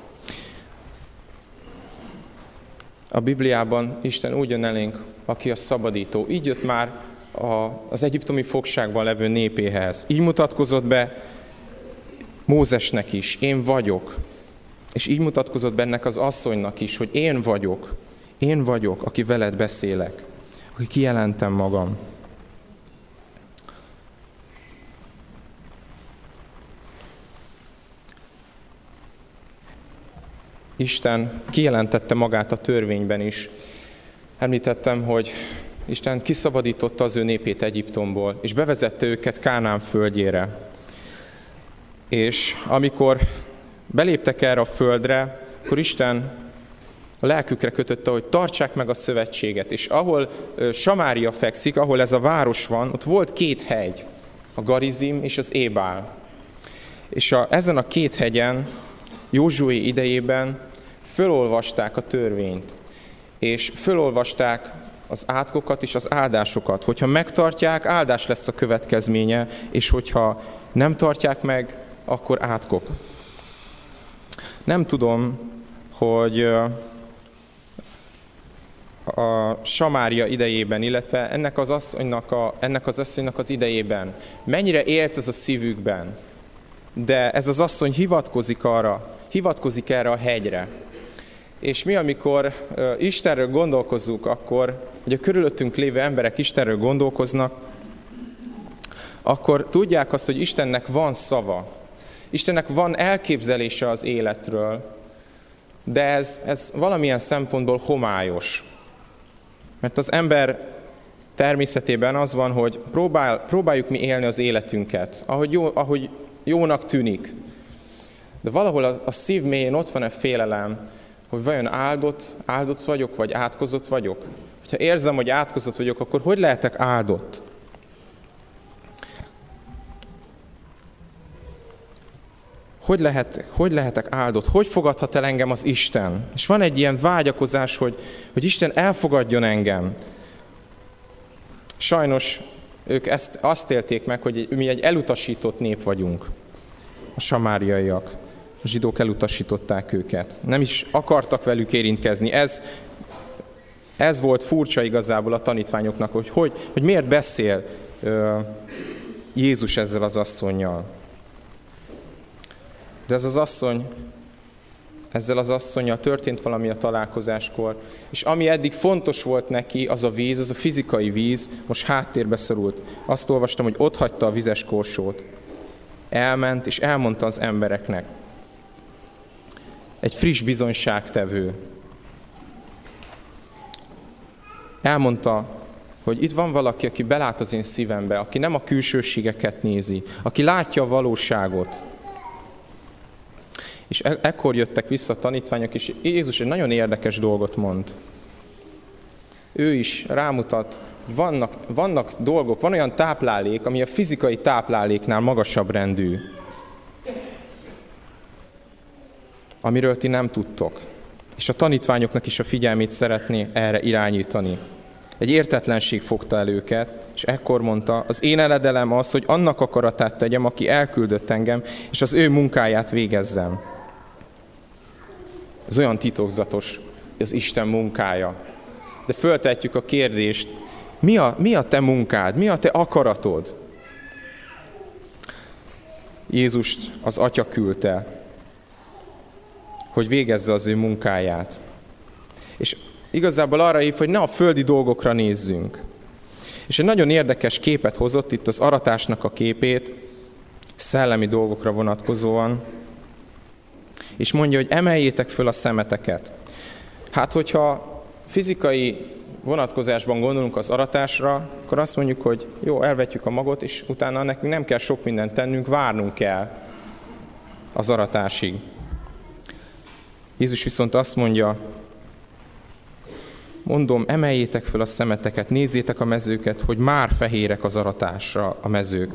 A Bibliában Isten úgy jön elénk, aki a szabadító. Így jött már a, az egyiptomi fogságban levő népéhez. Így mutatkozott be Mózesnek is, én vagyok. És így mutatkozott bennek az asszonynak is, hogy én vagyok. Én vagyok, aki veled beszélek, aki kijelentem magam. Isten kijelentette magát a törvényben is. Említettem, hogy Isten kiszabadította az ő népét Egyiptomból, és bevezette őket Kánán földjére. És amikor beléptek erre a földre, akkor Isten a lelkükre kötötte, hogy tartsák meg a szövetséget. És ahol Samária fekszik, ahol ez a város van, ott volt két hegy, a Garizim és az Ébál. És a, ezen a két hegyen Józsué idejében fölolvasták a törvényt, és fölolvasták az átkokat és az áldásokat. Hogyha megtartják, áldás lesz a következménye, és hogyha nem tartják meg, akkor átkok. Nem tudom, hogy a Samária idejében, illetve ennek az asszonynak, a, ennek az asszonynak az idejében mennyire élt ez a szívükben, de ez az asszony hivatkozik arra, hivatkozik erre a hegyre. És mi, amikor uh, Istenről gondolkozunk, akkor, hogy a körülöttünk lévő emberek Istenről gondolkoznak, akkor tudják azt, hogy Istennek van szava. Istennek van elképzelése az életről, de ez, ez valamilyen szempontból homályos. Mert az ember természetében az van, hogy próbál, próbáljuk mi élni az életünket, ahogy, jó, ahogy jónak tűnik. De valahol a, a szív mélyén ott van egy félelem, hogy vajon áldott, áldott vagyok, vagy átkozott vagyok. Ha érzem, hogy átkozott vagyok, akkor hogy lehetek áldott? Hogy, lehet, hogy lehetek áldott? Hogy fogadhat el engem az Isten? És van egy ilyen vágyakozás, hogy, hogy Isten elfogadjon engem. Sajnos ők ezt, azt élték meg, hogy mi egy elutasított nép vagyunk, a samáriaiak. A zsidók elutasították őket. Nem is akartak velük érintkezni. Ez, ez volt furcsa igazából a tanítványoknak, hogy, hogy, hogy miért beszél uh, Jézus ezzel az asszonnyal. De ez az asszony, ezzel az asszonnyal történt valami a találkozáskor, és ami eddig fontos volt neki, az a víz, az a fizikai víz, most háttérbe szorult. Azt olvastam, hogy ott hagyta a vizes korsót. Elment, és elmondta az embereknek. Egy friss bizonyságtevő. Elmondta, hogy itt van valaki, aki belát az én szívembe, aki nem a külsőségeket nézi, aki látja a valóságot. És ekkor jöttek vissza a tanítványok, és Jézus egy nagyon érdekes dolgot mond. Ő is rámutat, hogy vannak, vannak dolgok, van olyan táplálék, ami a fizikai tápláléknál magasabb rendű. Amiről ti nem tudtok. És a tanítványoknak is a figyelmét szeretné erre irányítani. Egy értetlenség fogta el őket, és ekkor mondta, az én eledelem az, hogy annak akaratát tegyem, aki elküldött engem, és az ő munkáját végezzem. Ez olyan titokzatos, az Isten munkája. De föltehetjük a kérdést, mi a, mi a te munkád, mi a te akaratod? Jézust az Atya küldte, hogy végezze az ő munkáját. És igazából arra hív, hogy ne a földi dolgokra nézzünk. És egy nagyon érdekes képet hozott itt az aratásnak a képét, szellemi dolgokra vonatkozóan, és mondja, hogy emeljétek föl a szemeteket. Hát, hogyha fizikai vonatkozásban gondolunk az aratásra, akkor azt mondjuk, hogy jó, elvetjük a magot, és utána nekünk nem kell sok mindent tennünk, várnunk kell az aratásig. Jézus viszont azt mondja, mondom, emeljétek föl a szemeteket, nézzétek a mezőket, hogy már fehérek az aratásra a mezők.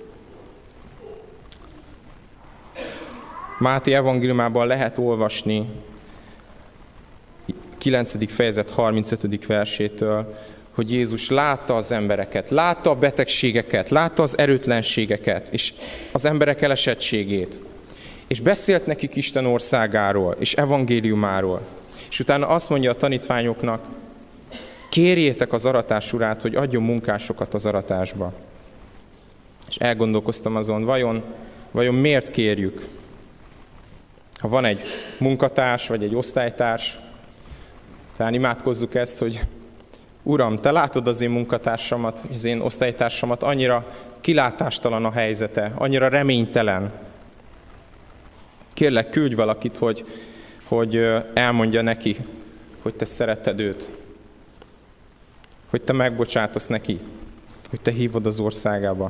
Máté evangéliumában lehet olvasni kilencedik fejezet harmincötödik versétől, hogy Jézus látta az embereket, látta a betegségeket, látta az erőtlenségeket, és az emberek elesettségét. És beszélt nekik Isten országáról, és evangéliumáról. És utána azt mondja a tanítványoknak, kérjétek az aratás urát, hogy adjon munkásokat az aratásba. És elgondolkoztam azon, vajon, vajon miért kérjük? Ha van egy munkatárs, vagy egy osztálytárs, talán imádkozzuk ezt, hogy Uram, te látod az én munkatársamat, az én osztálytársamat, annyira kilátástalan a helyzete, annyira reménytelen. Kérlek, küldj valakit, hogy, hogy elmondja neki, hogy te szereted őt, hogy te megbocsátasz neki, hogy te hívod az országába.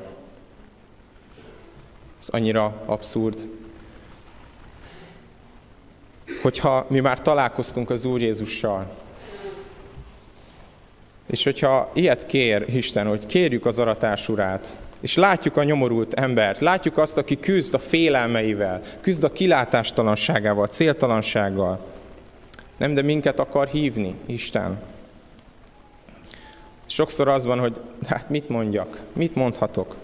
Ez annyira abszurd. Hogyha mi már találkoztunk az Úr Jézussal, és hogyha ilyet kér Isten, hogy kérjük az aratás urát, és látjuk a nyomorult embert, látjuk azt, aki küzd a félelmeivel, küzd a kilátástalanságával, céltalansággal, nem, de minket akar hívni Isten. Sokszor az van, hogy hát mit mondjak, mit mondhatok?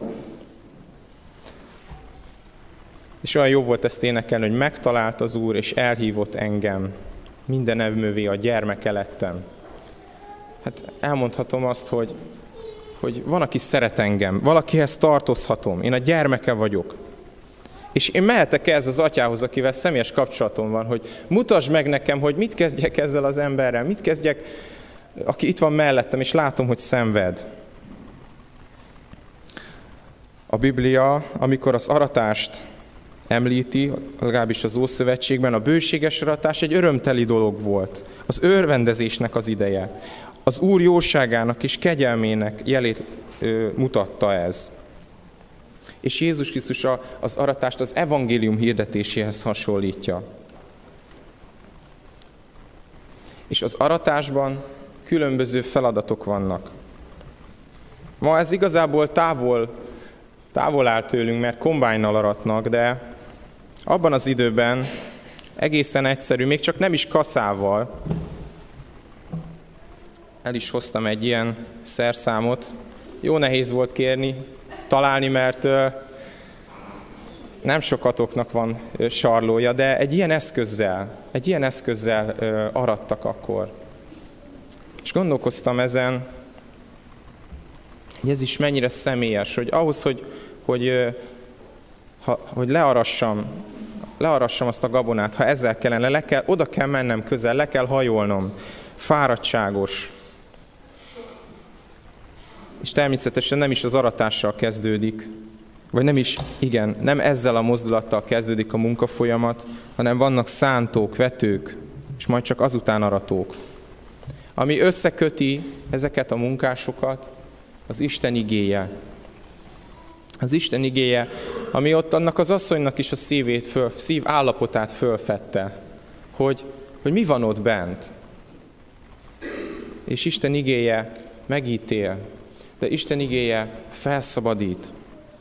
És olyan jó volt ezt énekelni, hogy megtalált az Úr, és elhívott engem. Minden evmővé a gyermeke lettem. Hát elmondhatom azt, hogy, hogy van, aki szeret engem, valakihez tartozhatom, én a gyermeke vagyok. És én mehetek ez az atyához, akivel személyes kapcsolatom van, hogy mutasd meg nekem, hogy mit kezdjek ezzel az emberrel, mit kezdjek, aki itt van mellettem, és látom, hogy szenved. A Biblia, amikor az aratást említi, legalábbis az Ószövetségben, a bőséges aratás egy örömteli dolog volt. Az örvendezésnek az ideje. Az Úr jóságának és kegyelmének jelét ö, mutatta ez. És Jézus Krisztus az aratást az evangélium hirdetéséhez hasonlítja. És az aratásban különböző feladatok vannak. Ma ez igazából távol, távol áll tőlünk, mert kombájnnal aratnak, de abban az időben egészen egyszerű, még csak nem is kaszával. El is hoztam egy ilyen szerszámot. Jó nehéz volt kérni, találni, mert nem sokatoknak van sarlója, de egy ilyen eszközzel, egy ilyen eszközzel arattak akkor. És gondolkoztam ezen, hogy ez is mennyire személyes, hogy ahhoz, hogy, hogy, ha, hogy learassam, learassam azt a gabonát, ha ezzel kellene, le kell, oda kell mennem közel, le kell hajolnom, fáradtságos. És természetesen nem is az aratással kezdődik, vagy nem is, igen, nem ezzel a mozdulattal kezdődik a munkafolyamat, hanem vannak szántók, vetők, és majd csak azután aratók. Ami összeköti ezeket a munkásokat, az Isten igéje. Az Isten igéje, ami ott annak az asszonynak is a szívét föl, szív állapotát fölfedte, hogy, hogy mi van ott bent. És Isten igéje megítél, de Isten igéje felszabadít.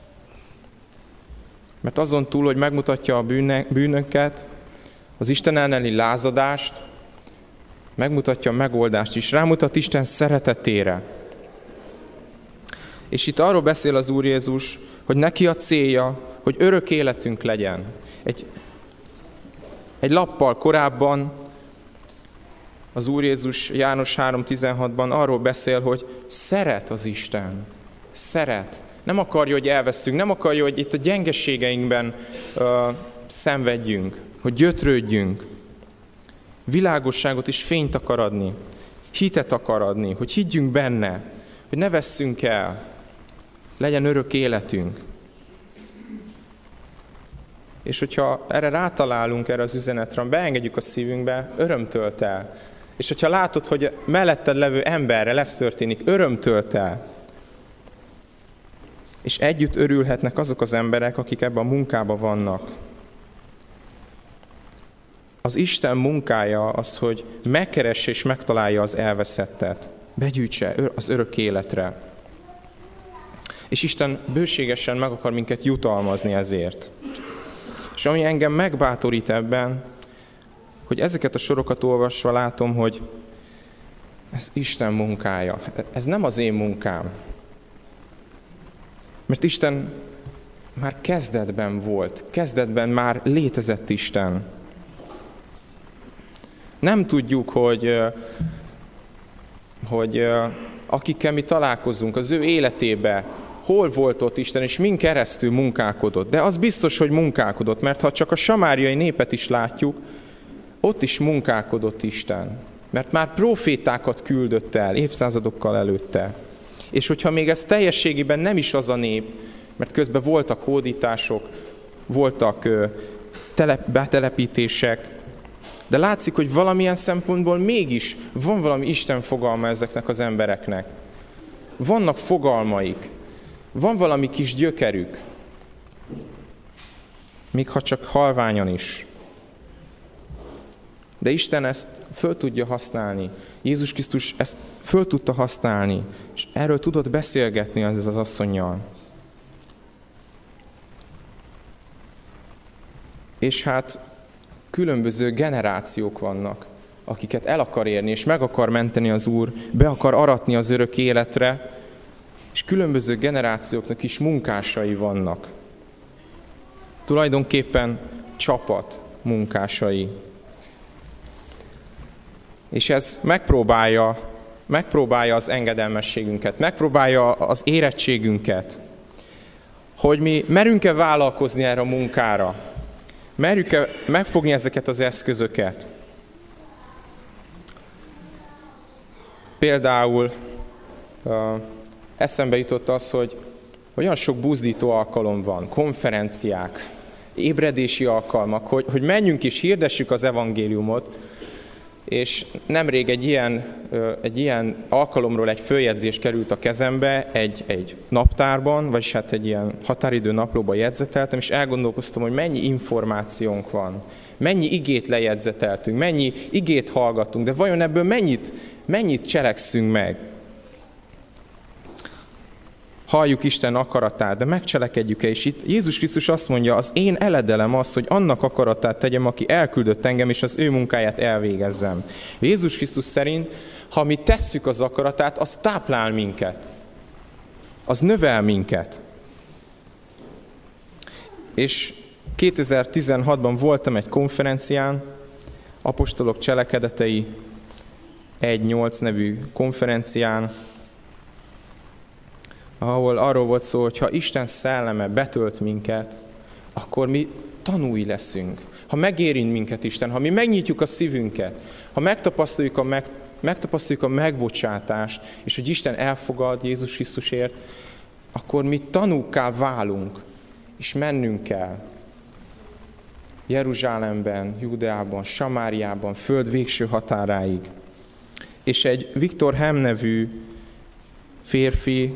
Mert azon túl, hogy megmutatja a bűnöket, az Isten elleni lázadást, megmutatja a megoldást is, rámutat Isten szeretetére. És itt arról beszél az Úr Jézus, hogy neki a célja, hogy örök életünk legyen. Egy, egy lappal korábban az Úr Jézus János három tizenhatban arról beszél, hogy szeret az Isten. Szeret. Nem akarja, hogy elveszünk, nem akarja, hogy itt a gyengeségeinkben uh, szenvedjünk, hogy gyötrődjünk. Világosságot és fényt akar adni, hitet akar adni, hogy higgyünk benne, hogy ne vesszünk el, legyen örök életünk. És hogyha erre rátalálunk, erre az üzenetre, beengedjük a szívünkbe, öröm tölt el. És hogyha látod, hogy melletted levő emberrel ez történik, öröm tölt el. És együtt örülhetnek azok az emberek, akik ebben a munkában vannak. Az Isten munkája az, hogy megkeresse és megtalálja az elveszettet. Begyűjtse az örök életre. És Isten bőségesen meg akar minket jutalmazni ezért. És ami engem megbátorít ebben, hogy ezeket a sorokat olvasva látom, hogy ez Isten munkája. Ez nem az én munkám. Mert Isten már kezdetben volt. Kezdetben már létezett Isten. Nem tudjuk, hogy, hogy akikkel mi találkozunk, az ő életébe, hol volt ott Isten, és min keresztül munkálkodott. De az biztos, hogy munkálkodott, mert ha csak a samáriai népet is látjuk, ott is munkálkodott Isten. Mert már profétákat küldött el évszázadokkal előtte. És hogyha még ez teljességében nem is az a nép, mert közben voltak hódítások, voltak telep, betelepítések, de látszik, hogy valamilyen szempontból mégis van valami Isten fogalma ezeknek az embereknek. Vannak fogalmaik, van valami kis gyökerük, még ha csak halványan is. De Isten ezt föl tudja használni. Jézus Krisztus ezt föl tudta használni, és erről tudott beszélgetni az az asszonnyal. És hát különböző generációk vannak, akiket el akar érni, és meg akar menteni az Úr, be akar aratni az örök életre, és különböző generációknak is munkásai vannak. Tulajdonképpen csapat munkásai. És ez megpróbálja, megpróbálja az engedelmességünket, megpróbálja az érettségünket, hogy mi merünk-e vállalkozni erre a munkára, merjük-e megfogni ezeket az eszközöket. Például uh, eszembe jutott az, hogy olyan sok buzdító alkalom van, konferenciák, ébredési alkalmak, hogy, hogy menjünk és hirdessük az evangéliumot, és nemrég egy ilyen, egy ilyen alkalomról egy följegyzés került a kezembe egy, egy naptárban, vagyis hát egy ilyen határidő naplóban jegyzeteltem, és elgondolkoztam, hogy mennyi információnk van, mennyi igét lejegyzeteltünk, mennyi igét hallgatunk, de vajon ebből mennyit, mennyit cselekszünk meg? Halljuk Isten akaratát, de megcselekedjük-e? És itt Jézus Krisztus azt mondja, az én eledelem az, hogy annak akaratát tegyem, aki elküldött engem, és az ő munkáját elvégezzem. Jézus Krisztus szerint, ha mi tesszük az akaratát, az táplál minket. Az növel minket. És kétezer-tizenhatban voltam egy konferencián, Apostolok Cselekedetei egy nyolc nevű konferencián, ahol arról volt szó, hogy ha Isten szelleme betölt minket, akkor mi tanúi leszünk. Ha megérint minket Isten, ha mi megnyitjuk a szívünket, ha megtapasztaljuk a, meg, megtapasztaljuk a megbocsátást, és hogy Isten elfogad Jézus Krisztusért, akkor mi tanúkká válunk, és mennünk kell. Jeruzsálemben, Judeában, Samáriában, föld végső határáig. És egy Viktor Hem nevű férfi,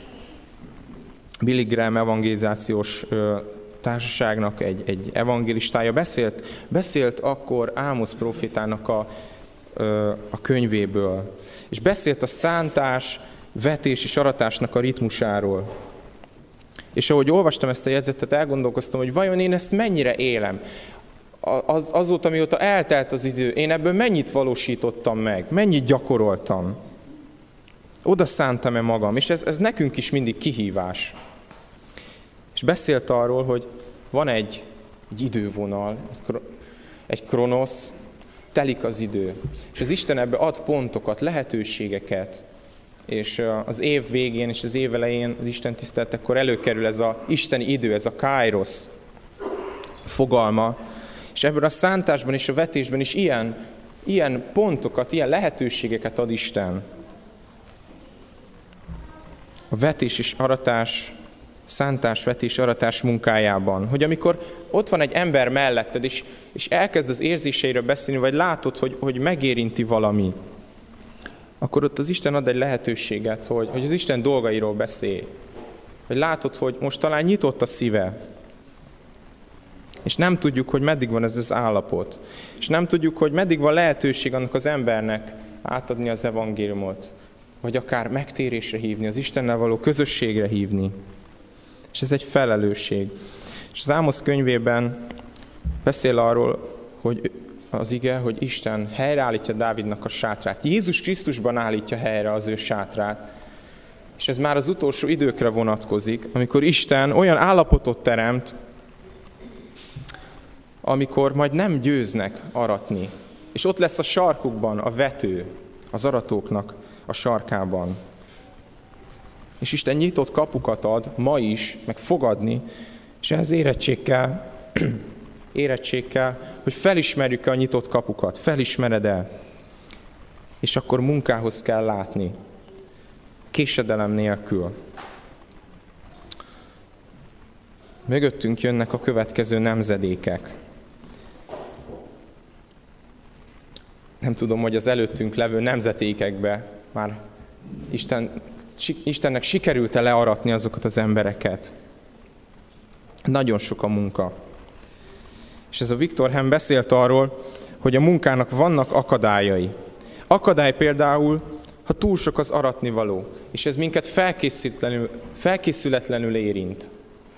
Billy Graham evangelizációs társaságnak egy, egy evangélistája beszélt, beszélt akkor Ámosz profétának a, a könyvéből. És beszélt a szántás, vetés és aratásnak a ritmusáról. És ahogy olvastam ezt a jegyzetet, elgondolkoztam, hogy vajon én ezt mennyire élem. Az, azóta, mióta eltelt az idő, én ebből mennyit valósítottam meg, mennyit gyakoroltam. Oda szántam-e magam, és ez, ez nekünk is mindig kihívás. És beszélt arról, hogy van egy, egy idővonal, egy, egy kronosz, telik az idő. És az Isten ebbe ad pontokat, lehetőségeket. És az év végén és az év elején, az Isten tiszteletekkor előkerül ez az isteni idő, ez a kairos fogalma. És ebből a szántásban és a vetésben is ilyen, ilyen pontokat, ilyen lehetőségeket ad Isten. A vetés és aratás, szántás, vetés, aratás munkájában. Hogy amikor ott van egy ember melletted, és, és elkezd az érzéseiről beszélni, vagy látod, hogy, hogy megérinti valami, akkor ott az Isten ad egy lehetőséget, hogy, hogy az Isten dolgairól beszélj. Hogy látod, hogy most talán nyitott a szíve, és nem tudjuk, hogy meddig van ez az állapot. És nem tudjuk, hogy meddig van lehetőség annak az embernek átadni az evangéliumot, vagy akár megtérésre hívni, az Istennel való közösségre hívni. És ez egy felelősség. És az Ámosz könyvében beszél arról, hogy az ige, hogy Isten helyreállítja Dávidnak a sátrát. Jézus Krisztusban állítja helyre az ő sátrát. És ez már az utolsó időkre vonatkozik, amikor Isten olyan állapotot teremt, amikor majd nem győznek aratni. És ott lesz a sarkukban a vető, az aratóknak a sarkában. És Isten nyitott kapukat ad ma is, meg fogadni, és ez érettségkel, érettségkel, hogy felismerjük a nyitott kapukat, felismered el, és akkor munkához kell látni, késedelem nélkül. Mögöttünk jönnek a következő nemzedékek. Nem tudom, hogy az előttünk levő nemzedékekbe már Isten, Istennek sikerült-e learatni azokat az embereket. Nagyon sok a munka. És ez a Viktor Hem beszélt arról, hogy a munkának vannak akadályai. Akadály például, ha túl sok az aratnivaló, és ez minket felkészületlenül, felkészületlenül érint.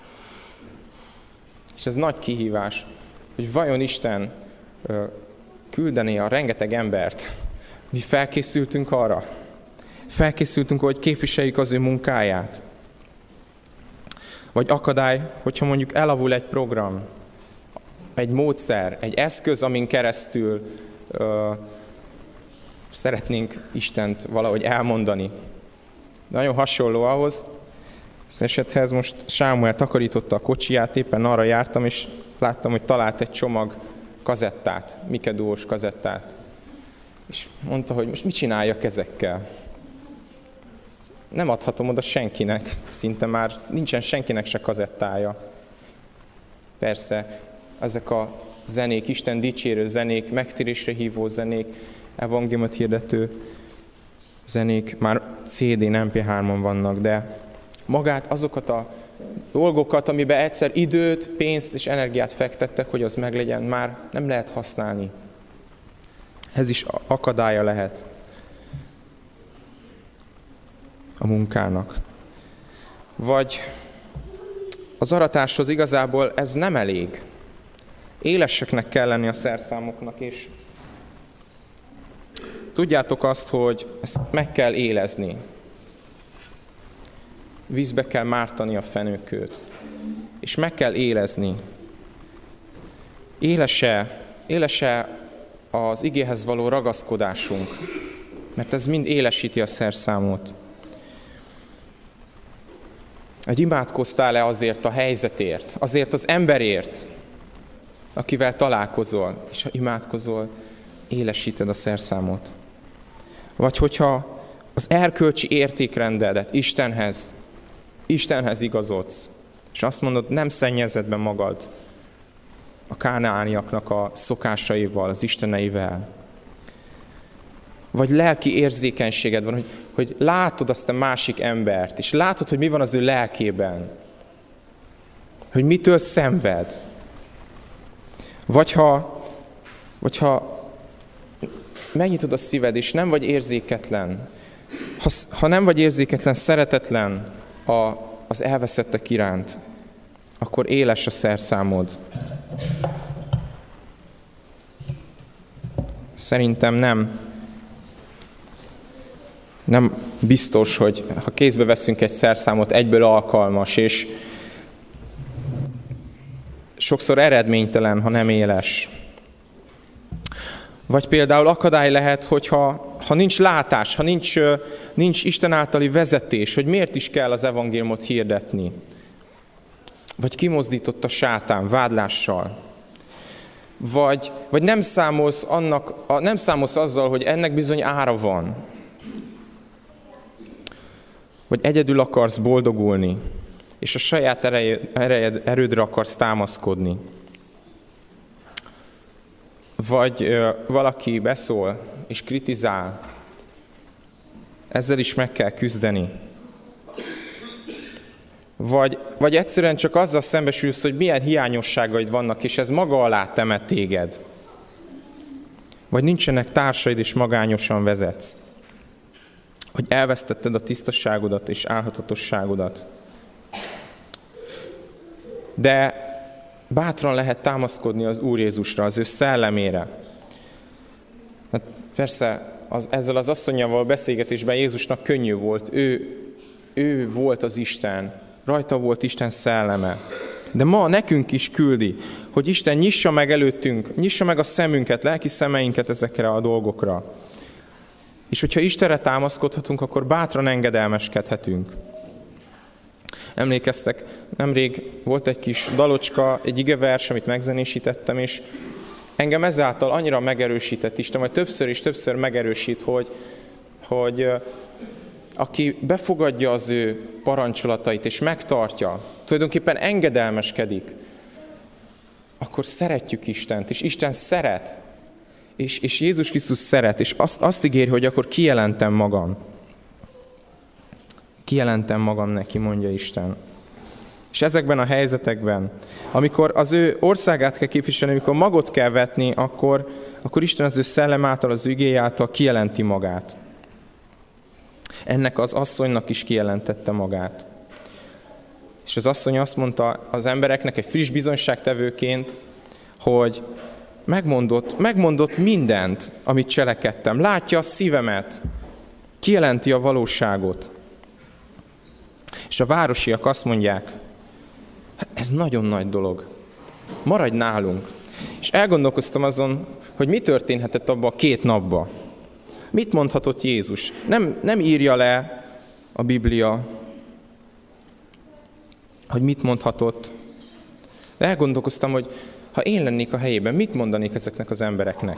És ez nagy kihívás, hogy vajon Isten ö, küldené a rengeteg embert. Mi felkészültünk arra. Felkészültünk, hogy képviseljük az ő munkáját. Vagy akadály, hogyha mondjuk elavul egy program, egy módszer, egy eszköz, amin keresztül ö, szeretnénk Istent valahogy elmondani. Nagyon hasonló ahhoz, az esethez most Sámuel takarította a kocsiját, éppen arra jártam, és láttam, hogy talált egy csomag kazettát, mikedós kazettát. És mondta, hogy most mit csináljak ezekkel? Nem adhatom oda senkinek, szinte már nincsen senkinek se kazettája. Persze, ezek a zenék, Isten dicsérő zenék, megtérésre hívó zenék, evangéliumot hirdető zenék már cé dén, em pé hármon vannak, de magát, azokat a dolgokat, amiben egyszer időt, pénzt és energiát fektettek, hogy az meglegyen, már nem lehet használni. Ez is akadálya lehet a munkának. Vagy az aratáshoz igazából ez nem elég. Éleseknek kell lenni a szerszámoknak, és tudjátok azt, hogy ezt meg kell élezni. Vízbe kell mártani a fenőkőt, és meg kell élezni. Éles-e, éles-e az igéhez való ragaszkodásunk? Mert ez mind élesíti a szerszámot. Hogy imádkoztál-e azért a helyzetért, azért az emberért, akivel találkozol, és ha imádkozol, élesíted a szerszámot. Vagy hogyha az erkölcsi értékrendedet Istenhez, Istenhez igazodsz, és azt mondod, nem szennyezed be magad a kánaániaknak a szokásaival, az isteneivel. Vagy lelki érzékenységed van, hogy, hogy látod azt a másik embert, és látod, hogy mi van az ő lelkében. Hogy mitől szenved. Vagy ha, vagy ha megnyitod a szíved, és nem vagy érzéketlen, ha, ha nem vagy érzéketlen, szeretetlen a, az elveszettek iránt, akkor éles a szerszámod. Szerintem nem. Nem biztos, hogy ha kézbe veszünk egy szerszámot, egyből alkalmas, és sokszor eredménytelen, ha nem éles. Vagy például akadály lehet, hogyha ha nincs látás, ha nincs, nincs Isten általi vezetés, hogy miért is kell az evangéliumot hirdetni. Vagy kimozdított a sátán vádlással. Vagy, vagy nem, számolsz annak, nem számolsz azzal, hogy ennek bizony ára van. Vagy egyedül akarsz boldogulni, és a saját erejed, erejed, erődre akarsz támaszkodni. Vagy ö, valaki beszól és kritizál. Ezzel is meg kell küzdeni. Vagy, vagy egyszerűen csak azzal szembesülsz, hogy milyen hiányosságaid vannak, és ez maga alá temet téged. Vagy nincsenek társaid, és magányosan vezetsz. Hogy elvesztetted a tisztaságodat és álhatatosságodat. De bátran lehet támaszkodni az Úr Jézusra, az ő szellemére. Hát persze az, ezzel az asszonnyával beszélgetésben Jézusnak könnyű volt. Ő, ő volt az Isten, rajta volt Isten szelleme. De ma nekünk is küldi, hogy Isten nyissa meg előttünk, nyissa meg a szemünket, lelki szemeinket ezekre a dolgokra. És hogyha Istenre támaszkodhatunk, akkor bátran engedelmeskedhetünk. Emlékeztek, nemrég volt egy kis dalocska, egy igevers, amit megzenésítettem, és engem ezáltal annyira megerősített Isten, vagy többször és többször megerősít, hogy, hogy aki befogadja az ő parancsolatait és megtartja, tulajdonképpen engedelmeskedik, akkor szeretjük Istent, és Isten szeret, és, és Jézus Krisztus szeret, és azt, azt ígéri, hogy akkor kijelentem magam. Kijelentem magam neki, mondja Isten. És ezekben a helyzetekben, amikor az ő országát kell képviselni, amikor magot kell vetni, akkor, akkor Isten az ő szellem által, az ő igéje által kijelenti magát. Ennek az asszonynak is kijelentette magát. És az asszony azt mondta az embereknek egy friss bizonyságtevőként, hogy megmondott, megmondott mindent, amit cselekedtem. Látja a szívemet, kijelenti a valóságot. És a városiak azt mondják, ez nagyon nagy dolog, maradj nálunk. És elgondolkoztam azon, hogy mi történhetett abban a két napban. Mit mondhatott Jézus? Nem, nem írja le a Biblia, hogy mit mondhatott. De elgondolkoztam, hogy ha én lennék a helyében, mit mondanék ezeknek az embereknek?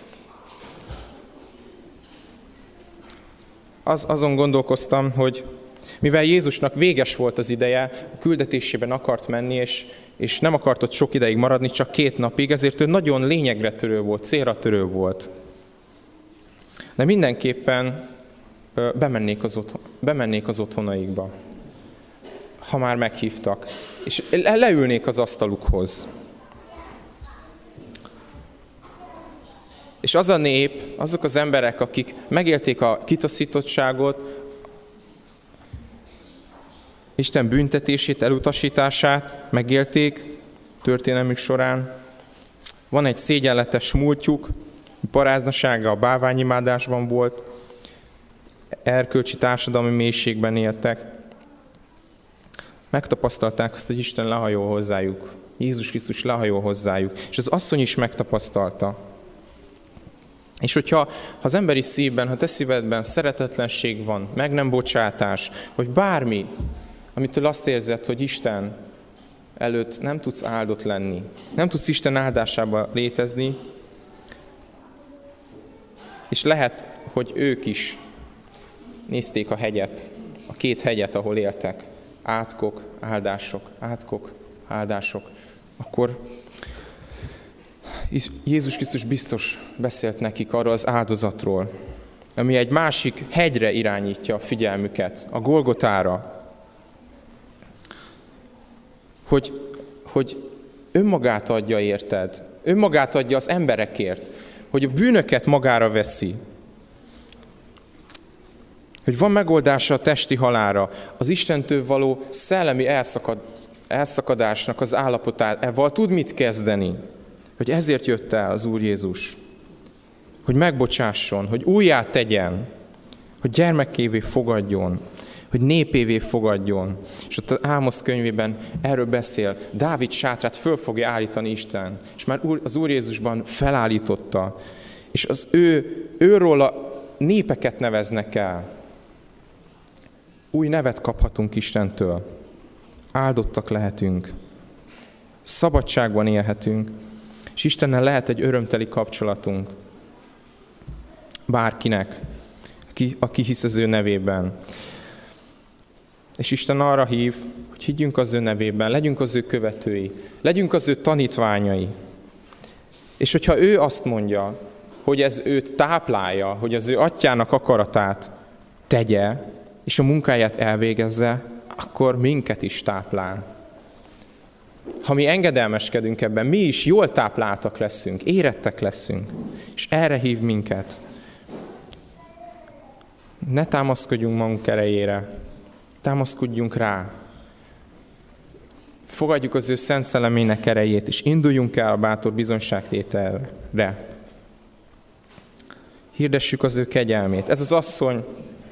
Az, azon gondolkoztam, hogy mivel Jézusnak véges volt az ideje, a küldetésében akart menni, és, és nem akart ott sok ideig maradni, csak két napig, ezért ő nagyon lényegre törő volt, célra törő volt. De mindenképpen bemennék az, otthon, bemennék az otthonaikba, ha már meghívtak, és leülnék az asztalukhoz. És az a nép, azok az emberek, akik megélték a kitaszítottságot, Isten büntetését, elutasítását megélték történelmük során. Van egy szégyenletes múltjuk, paráznasága a bálványimádásban volt, erkölcsi társadalmi mélységben éltek. Megtapasztalták azt, hogy Isten lehajol hozzájuk Jézus Krisztus lehajol hozzájuk, és az asszony is megtapasztalta. És hogyha ha az emberi szívben, ha te szívedben szeretetlenség van, meg nem bocsátás, vagy bármi, amitől azt érzed, hogy Isten előtt nem tudsz áldott lenni, nem tudsz Isten áldásában létezni, és lehet, hogy ők is nézték a hegyet, a két hegyet, ahol éltek, átkok, áldások, átkok, áldások, akkor Jézus Krisztus biztos beszélt nekik arról az áldozatról, ami egy másik hegyre irányítja a figyelmüket, a Golgotára, hogy, hogy önmagát adja érted, önmagát adja az emberekért, hogy a bűnöket magára veszi, hogy van megoldása a testi halálra, az Istentől való szellemi elszakad, elszakadásnak az állapotával tud mit kezdeni, hogy ezért jött el az Úr Jézus, hogy megbocsásson, hogy újjá tegyen, hogy gyermekévé fogadjon, hogy népévé fogadjon. És ott az Ámosz könyvében erről beszél, Dávid sátrát föl fogja állítani Isten, és már az Úr Jézusban felállította, és az ő, őról a népeket neveznek el. Új nevet kaphatunk Istentől, áldottak lehetünk, szabadságban élhetünk, és Istennel lehet egy örömteli kapcsolatunk. Bárkinek, aki, aki hisz az ő nevében. És Isten arra hív, hogy higgyünk az ő nevében, legyünk az ő követői, legyünk az ő tanítványai. És hogyha ő azt mondja, hogy ez őt táplálja, hogy az ő atyának akaratát tegye, és a munkáját elvégezze, akkor minket is táplál. Ha mi engedelmeskedünk ebben, mi is jól tápláltak leszünk, érettek leszünk, és erre hív minket. Ne támaszkodjunk magunk erejére, támaszkodjunk rá. Fogadjuk az ő szent szellemének erejét, és induljunk el a bátor bizonyságtételre. Hirdessük az ő kegyelmét. Ez az asszony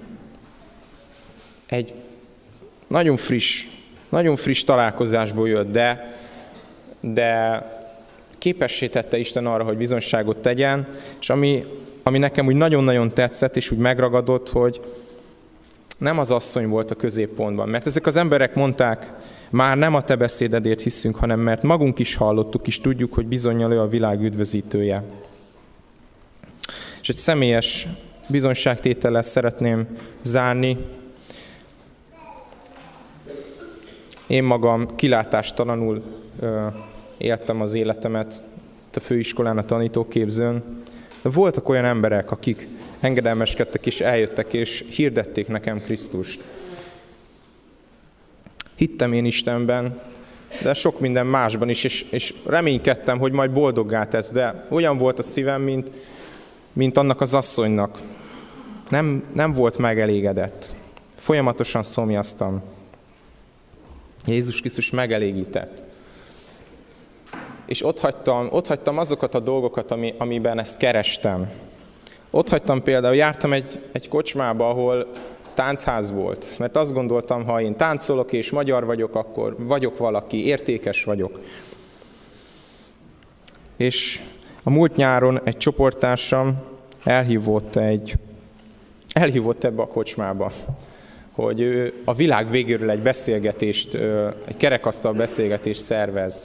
egy nagyon friss, nagyon friss találkozásból jött, de, de képessé tette Isten arra, hogy bizonyságot tegyen, és ami, ami nekem úgy nagyon-nagyon tetszett, és úgy megragadott, hogy nem az asszony volt a középpontban, mert ezek az emberek mondták, már nem a te beszédedért hiszünk, hanem mert magunk is hallottuk, és tudjuk, hogy bizonnyal ő a világ üdvözítője. És egy személyes bizonyságtétellel szeretném zárni. Én magam kilátástalanul ö, éltem az életemet a főiskolán, a tanítóképzőn, de voltak olyan emberek, akik engedelmeskedtek és eljöttek, és hirdették nekem Krisztust. Hittem én Istenben, de sok minden másban is, és, és reménykedtem, hogy majd boldoggá tesz, de olyan volt a szívem, mint, mint annak az asszonynak. Nem, nem volt megelégedett. Folyamatosan szomjaztam. Jézus Krisztus megelégített. És ott hagytam, ott hagytam azokat a dolgokat, ami, amiben ezt kerestem. Ott hagytam például, jártam egy, egy kocsmába, ahol táncház volt, mert azt gondoltam, ha én táncolok és magyar vagyok, akkor vagyok valaki, értékes vagyok. És a múlt nyáron egy csoporttársam elhívott, egy, elhívott ebbe a kocsmába, hogy ő a világ végéről egy beszélgetést, egy kerekasztal beszélgetést szervez.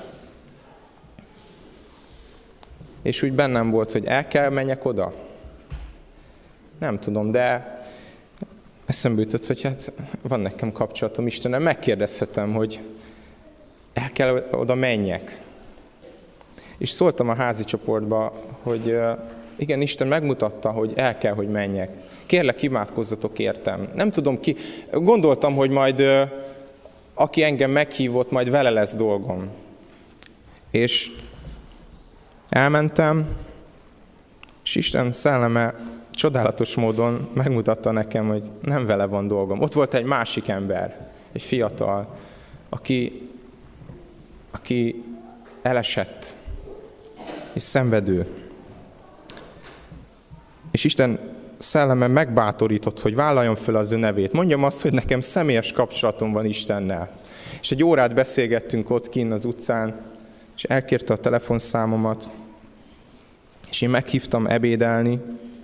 És úgy bennem volt, hogy el kell menjek oda. Nem tudom, de eszembe jutott, hogy hát van nekem kapcsolatom Istennel, megkérdezhetem, hogy el kell oda menjek. És szóltam a házi csoportba, hogy igen, Isten megmutatta, hogy el kell, hogy menjek. Kérlek, imádkozzatok értem. Nem tudom ki, gondoltam, hogy majd aki engem meghívott, majd vele lesz dolgom. És elmentem, és Isten szelleme csodálatos módon megmutatta nekem, hogy nem vele van dolgom. Ott volt egy másik ember, egy fiatal, aki, aki elesett, és szenvedő. És Isten szellemen megbátorított, hogy vállaljam fel az ő nevét. Mondjam azt, hogy nekem személyes kapcsolatom van Istennel. És egy órát beszélgettünk ott kinn az utcán, és elkérte a telefonszámomat, és én meghívtam ebédelni,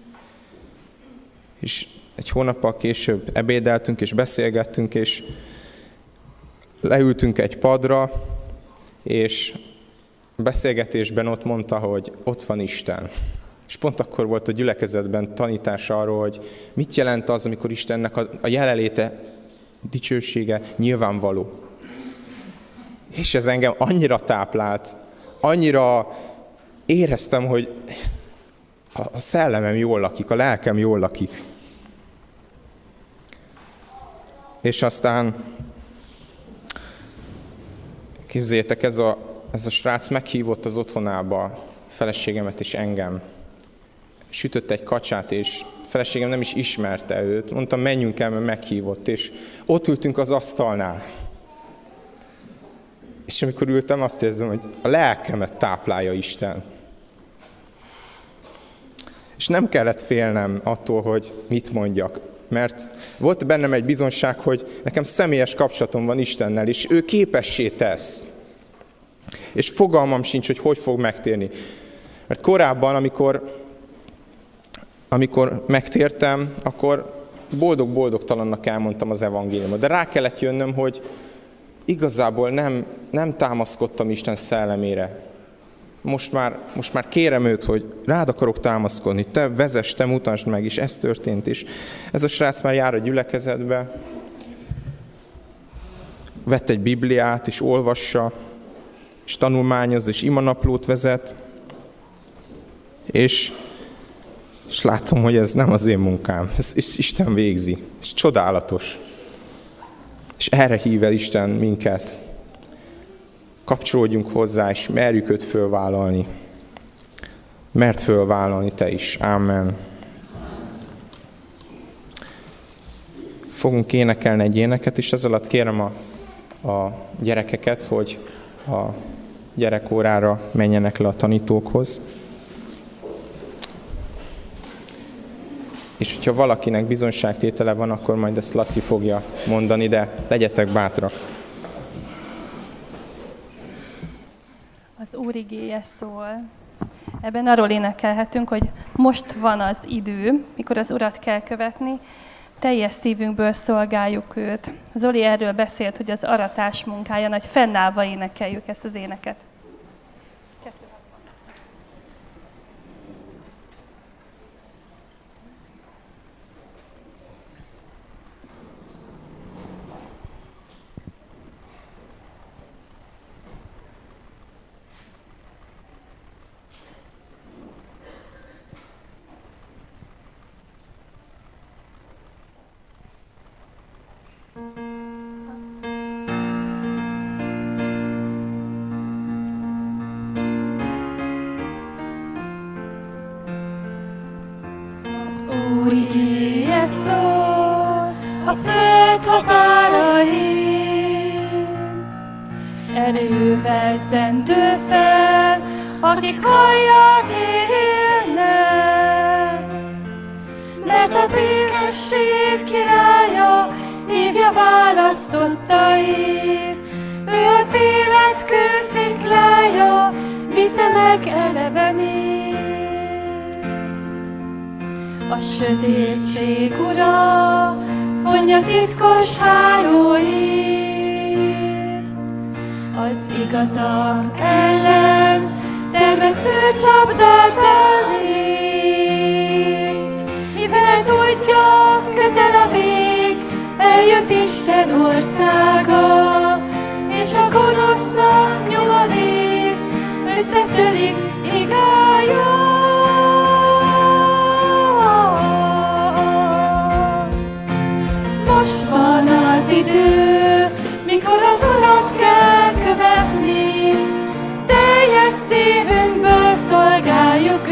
és egy hónappal később ebédeltünk, és beszélgettünk, és leültünk egy padra, és beszélgetésben ott mondta, hogy ott van Isten. És pont akkor volt a gyülekezetben tanítás arról, hogy mit jelent az, amikor Istennek a jelenléte, dicsősége nyilvánvaló. És ez engem annyira táplált, annyira éreztem, hogy a szellemem jól lakik, a lelkem jól lakik. És aztán képzeljétek, ez a, ez a srác meghívott az otthonába a feleségemet és engem. Sütött egy kacsát, és a feleségem nem is ismerte őt. Mondtam, menjünk el, mert meghívott, és ott ültünk az asztalnál. És amikor ültem, azt érzem, hogy a lelkemet táplálja Isten. És nem kellett félnem attól, hogy mit mondjak, mert volt bennem egy bizonyság, hogy nekem személyes kapcsolatom van Istennel, és ő képessé tesz. És fogalmam sincs, hogy hogy fog megtérni. Mert korábban, amikor, amikor megtértem, akkor boldog-boldogtalannak elmondtam az evangéliumot. De rá kellett jönnöm, hogy igazából nem, nem támaszkodtam Isten szellemére. Most már, most már kérem őt, hogy rád akarok támaszkodni, te vezess, te mutasd meg, és ez történt is. Ez a srác már jár a gyülekezetbe, vett egy Bibliát, és olvassa, és tanulmányoz, és imanaplót vezet, és, és látom, hogy ez nem az én munkám, ez Isten végzi, ez csodálatos. És erre hív el Isten minket. Kapcsolódjunk hozzá, és merjük őt fölvállalni. Mert fölvállalni te is. Amen. Fogunk énekelni egy éneket, és ez alatt kérem a, a gyerekeket, hogy a gyerekórára menjenek le a tanítókhoz. És hogyha valakinek bizonyságtétele van, akkor majd ezt Laci fogja mondani, de legyetek bátrak. Az Úr igéje szól. Ebben arról énekelhetünk, hogy most van az idő, mikor az Urat kell követni, teljes szívünkből szolgáljuk őt. Zoli erről beszélt, hogy az aratás munkája, hogy fennállva énekeljük ezt az éneket. Úr igéje szól a föld határain, erővel szentül fel, akik hallják élnek. Mert az békesség királya hívja választottait, ő az élet kősziklája, visze meg elevenít. A sötétség ura vonja titkos hálóit, az igazak ellen termetsző csapdát állít. Mivel tudja, közel a vég, eljött Isten országa, és a gonosznak nyoma néz, összetörik igája. Most van az idő, mikor az Urat kell követni, teljes szívünkből szolgáljuk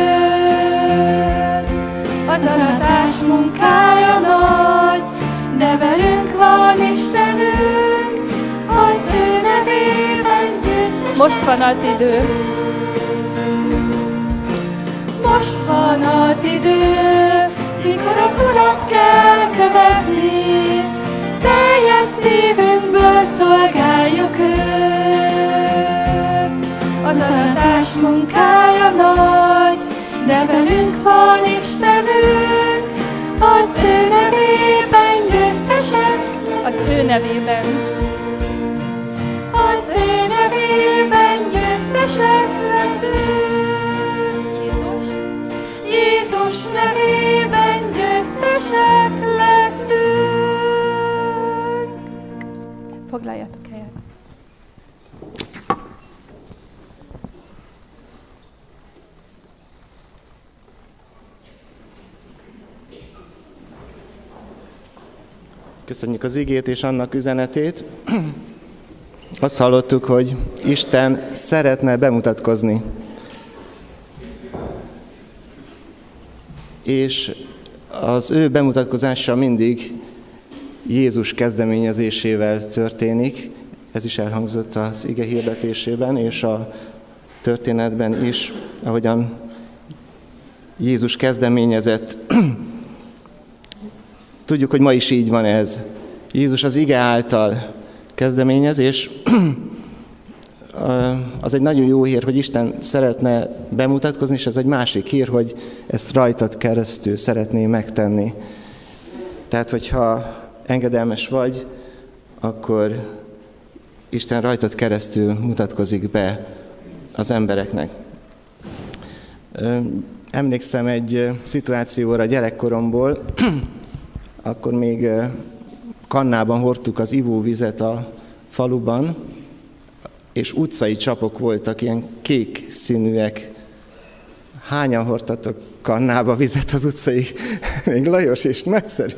őt. Az aratás munkája nagy, de velünk van Istenünk, az ő nevében győztesek. Most van az idő. Most van az idő, mikor az Urat kell követni, teljes szívünkből szolgáljuk őt. Az aratás munkája nagy, de velünk van Istenünk, az ő nevében győztesek Az ő nevében. Az ő nevében győztesek leszünk. Jézus. Jézus nevében győztesek leszünk. Foglaljatok helyet. Köszönjük az igét és annak üzenetét. Azt hallottuk, hogy Isten szeretne bemutatkozni. És az ő bemutatkozása mindig Jézus kezdeményezésével történik. Ez is elhangzott az ige hirdetésében és a történetben is, ahogyan Jézus kezdeményezett. Tudjuk, hogy ma is így van ez. Jézus az ige által kezdeményez, és az egy nagyon jó hír, hogy Isten szeretne bemutatkozni, és ez egy másik hír, hogy ezt rajtad keresztül szeretné megtenni. Tehát, hogyha engedelmes vagy, akkor Isten rajtad keresztül mutatkozik be az embereknek. Emlékszem egy szituációra gyerekkoromból, akkor még kannában hordtuk az ivóvizet a faluban, és utcai csapok voltak, ilyen kék színűek. Hányan hordtatok kannába vizet az utcai? Még Lajos és nagyszerű.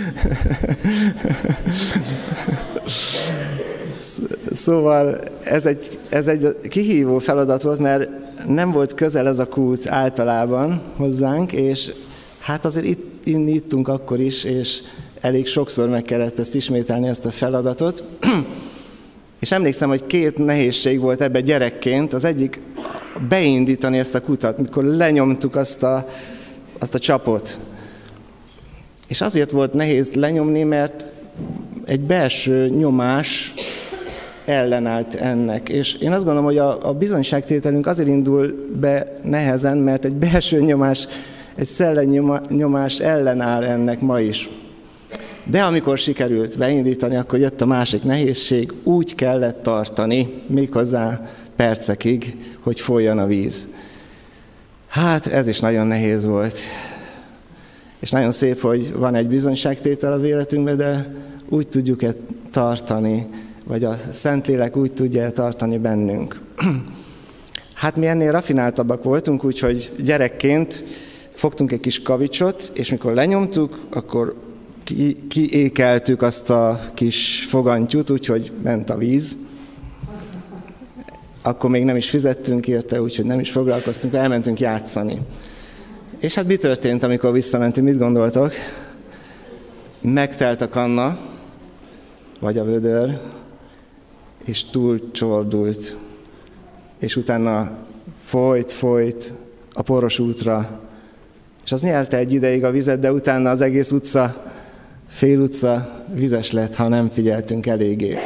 Szóval ez egy, ez egy kihívó feladat volt, mert nem volt közel ez a kút általában hozzánk, és hát azért itt inni ittunk akkor is, és elég sokszor meg kellett ezt ismételni, ezt a feladatot. És emlékszem, hogy két nehézség volt ebbe gyerekként. Az egyik beindítani ezt a kutat, mikor lenyomtuk azt a, azt a csapot. És azért volt nehéz lenyomni, mert egy belső nyomás ellenállt ennek. És én azt gondolom, hogy a, a bizonyságtételünk azért indul be nehezen, mert egy belső nyomás, egy szellemnyomás ellenáll ennek ma is. De amikor sikerült beindítani, akkor jött a másik nehézség, úgy kellett tartani, méghozzá percekig, hogy folyjon a víz. Hát ez is nagyon nehéz volt. És nagyon szép, hogy van egy bizonyságtétel az életünkben, de úgy tudjuk-e tartani, vagy a Szentlélek úgy tudja tartani bennünk. Hát mi ennél rafináltabbak voltunk, úgyhogy gyerekként fogtunk egy kis kavicsot, és mikor lenyomtuk, akkor ki, kiékeltük azt a kis fogantyút, úgyhogy ment a víz. Akkor még nem is fizettünk érte, úgyhogy nem is foglalkoztunk, elmentünk játszani. És hát mi történt, amikor visszamentünk, mit gondoltok? Megtelt a kanna, vagy a vödör, és túlcsordult. És utána folyt, folyt a poros útra. És az nyelte egy ideig a vizet, de utána az egész utca, fél utca vizes lett, ha nem figyeltünk eléggé.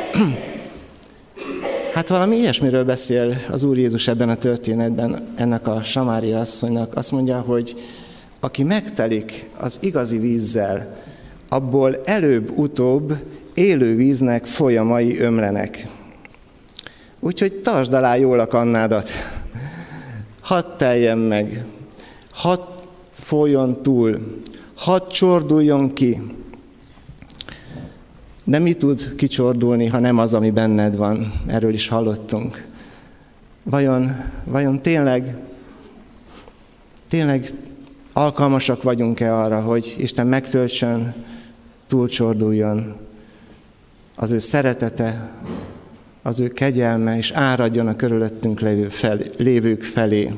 Hát valami ilyesmiről beszél az Úr Jézus ebben a történetben, ennek a samária asszonynak. Azt mondja, hogy aki megtelik az igazi vízzel, abból előbb-utóbb élő víznek folyamai ömlenek. Úgyhogy tartsd alá jól a kannádat. Hadd teljen meg. Hadd folyjon túl. Hadd csorduljon ki. De mi tud kicsordulni, ha nem az, ami benned van? Erről is hallottunk. Vajon, vajon tényleg, tényleg alkalmasak vagyunk-e arra, hogy Isten megtöltsön, túlcsorduljon, az ő szeretete, az ő kegyelme, és áradjon a körülöttünk lévő fel, lévők felé.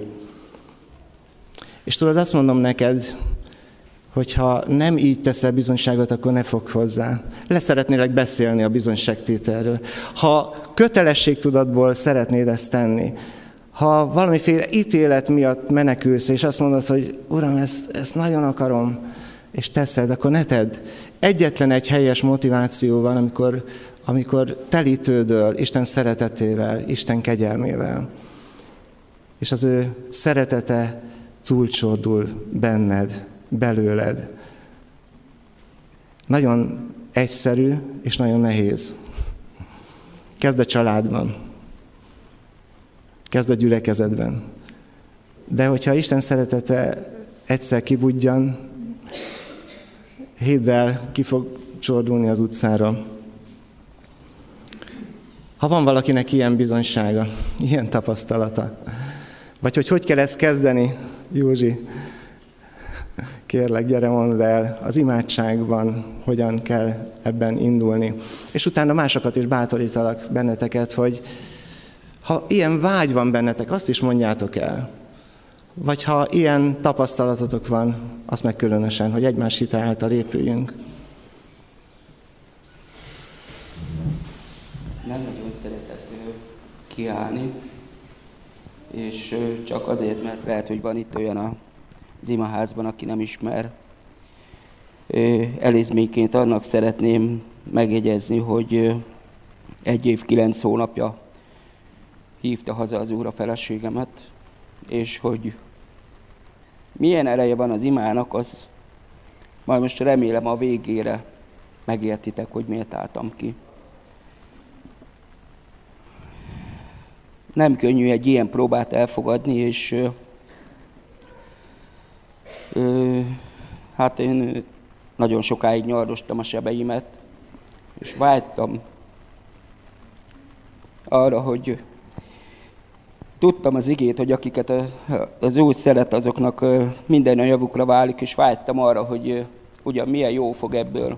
És tudod, azt mondom neked, hogyha nem így teszel bizonyságot, akkor ne fogj hozzá. Leszeretnélek beszélni a bizonyságtételről. Ha kötelességtudatból szeretnéd ezt tenni, ha valamiféle ítélet miatt menekülsz, és azt mondod, hogy Uram, ezt, ezt nagyon akarom, és teszed, akkor ne tedd. Egyetlen egy helyes motiváció van, amikor, amikor telítődöl Isten szeretetével, Isten kegyelmével. És az ő szeretete túlcsordul benned, belőled. Nagyon egyszerű és nagyon nehéz. Kezd a családban. Kezd a gyülekezetben. De hogyha Isten szeretete egyszer kibudjan, hidd el, ki fog csordulni az utcára. Ha van valakinek ilyen bizonysága, ilyen tapasztalata, vagy hogy hogy kell ezt kezdeni, Józsi, kérlek, gyere, mondd el, az imádságban hogyan kell ebben indulni. És utána másokat is bátorítalak benneteket, hogy ha ilyen vágy van bennetek, azt is mondjátok el. Vagy ha ilyen tapasztalatotok van, azt meg különösen, hogy egymás hite által épüljünk. Nem nagyon szeretek kiállni, és csak azért, mert lehet, hogy van itt olyan az imaházban, aki nem ismer. Előzményként annak szeretném megjegyezni, hogy egy év kilenc hónapja hívta haza az Úr a feleségemet, és hogy milyen ereje van az imának, az majd most remélem a végére megértitek, hogy miért álltam ki. Nem könnyű egy ilyen próbát elfogadni, és ö, ö, hát én nagyon sokáig nyardostam a sebeimet, és vágytam arra, hogy tudtam az igét, hogy akiket az Úr szeret, azoknak minden a javukra válik, és vágytam arra, hogy ugyan milyen jó fog ebből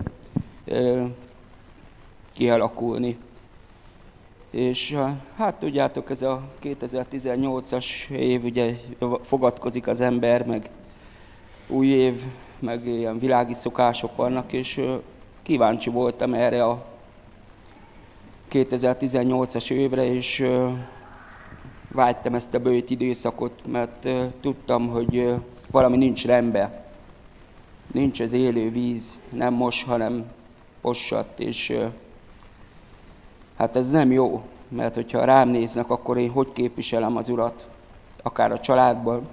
kialakulni. És hát tudjátok, ez a kétezer-tizennyolcas év, ugye fogadkozik az ember, meg új év, meg ilyen világi szokások vannak, és kíváncsi voltam erre a kétezer-tizennyolcas évre, és vágytam ezt a bőjt időszakot, mert uh, tudtam, hogy uh, valami nincs rendben. Nincs az élő víz, nem mos, hanem possat, és uh, hát ez nem jó, mert hogyha rám néznek, akkor én hogy képviselem az Urat, akár a családban.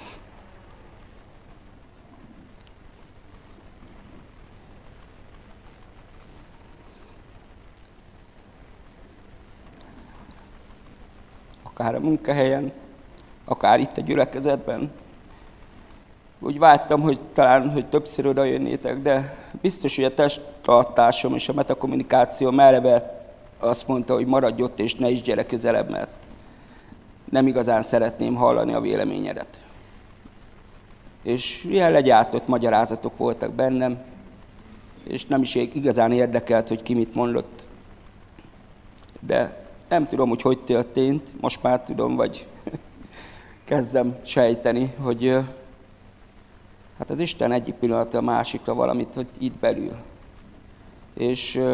Akár a munkahelyen, akár itt a gyülekezetben. Úgy vágytam, hogy talán, hogy többször oda jönnétek, de biztos, hogy a testtartásom és a metakommunikáció mereve azt mondta, hogy maradj ott és ne is gyere közelebb, mert nem igazán szeretném hallani a véleményedet. És ilyen legyártott magyarázatok voltak bennem, és nem is igazán érdekelt, hogy ki mit mondott. De nem tudom, hogy hogy történt, most már tudom, vagy kezdem sejteni, hogy hát az Isten egyik pillanatra a másikra valamit, hogy itt belül. És ö,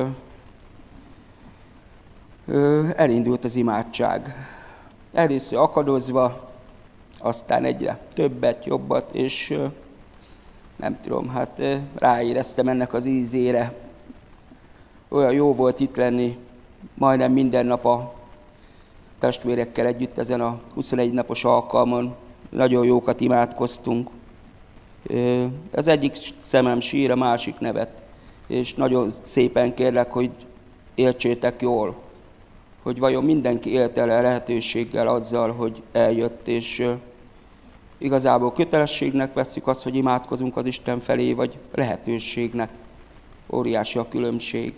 ö, elindult az imádság. Először akadozva, aztán egyre többet, jobbat, és ö, nem tudom, hát ö, ráéreztem ennek az ízére. Olyan jó volt itt lenni, majdnem minden nap a testvérekkel együtt ezen a huszonegy napos alkalmon. Nagyon jókat imádkoztunk. Az egyik szemem sír, a másik nevet. És nagyon szépen kérlek, hogy értsétek jól, hogy vajon mindenki élt el a lehetőséggel azzal, hogy eljött, és igazából kötelességnek vesszük azt, hogy imádkozunk az Isten felé, vagy lehetőségnek. Óriási a különbség.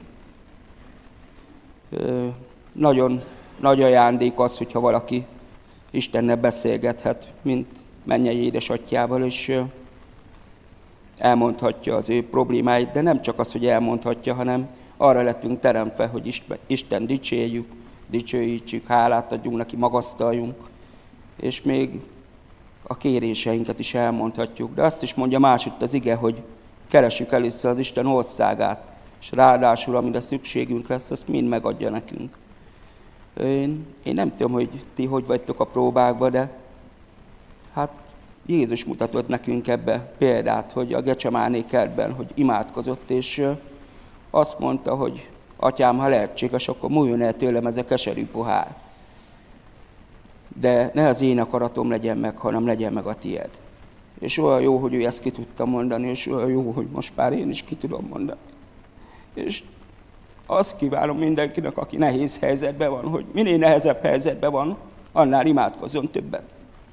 Nagyon nagy ajándék az, hogyha valaki Istennel beszélgethet, mint mennyei édesatyjával, és elmondhatja az ő problémáit, de nem csak az, hogy elmondhatja, hanem arra lettünk teremtve, hogy Isten dicsérjük, dicsőítsük, hálát adjunk neki, magasztaljunk, és még a kéréseinket is elmondhatjuk. De azt is mondja másutt az ige, hogy keressük először az Isten országát, és ráadásul, amire szükségünk lesz, azt mind megadja nekünk. Én, én nem tudom, hogy ti hogy vagytok a próbákban, de hát Jézus mutatott nekünk ebbe példát, hogy a Gecsemáné kertben, hogy imádkozott, és azt mondta, hogy Atyám, ha lehetséges, akkor múljon el tőlem ez a keserű pohár. De ne az én akaratom legyen meg, hanem legyen meg a tied. És olyan jó, hogy ő ezt ki tudta mondani, és olyan jó, hogy most már én is ki tudom mondani. És azt kívánom mindenkinek, aki nehéz helyzetben van, hogy minél nehezebb helyzetben van, annál imádkozzon többet.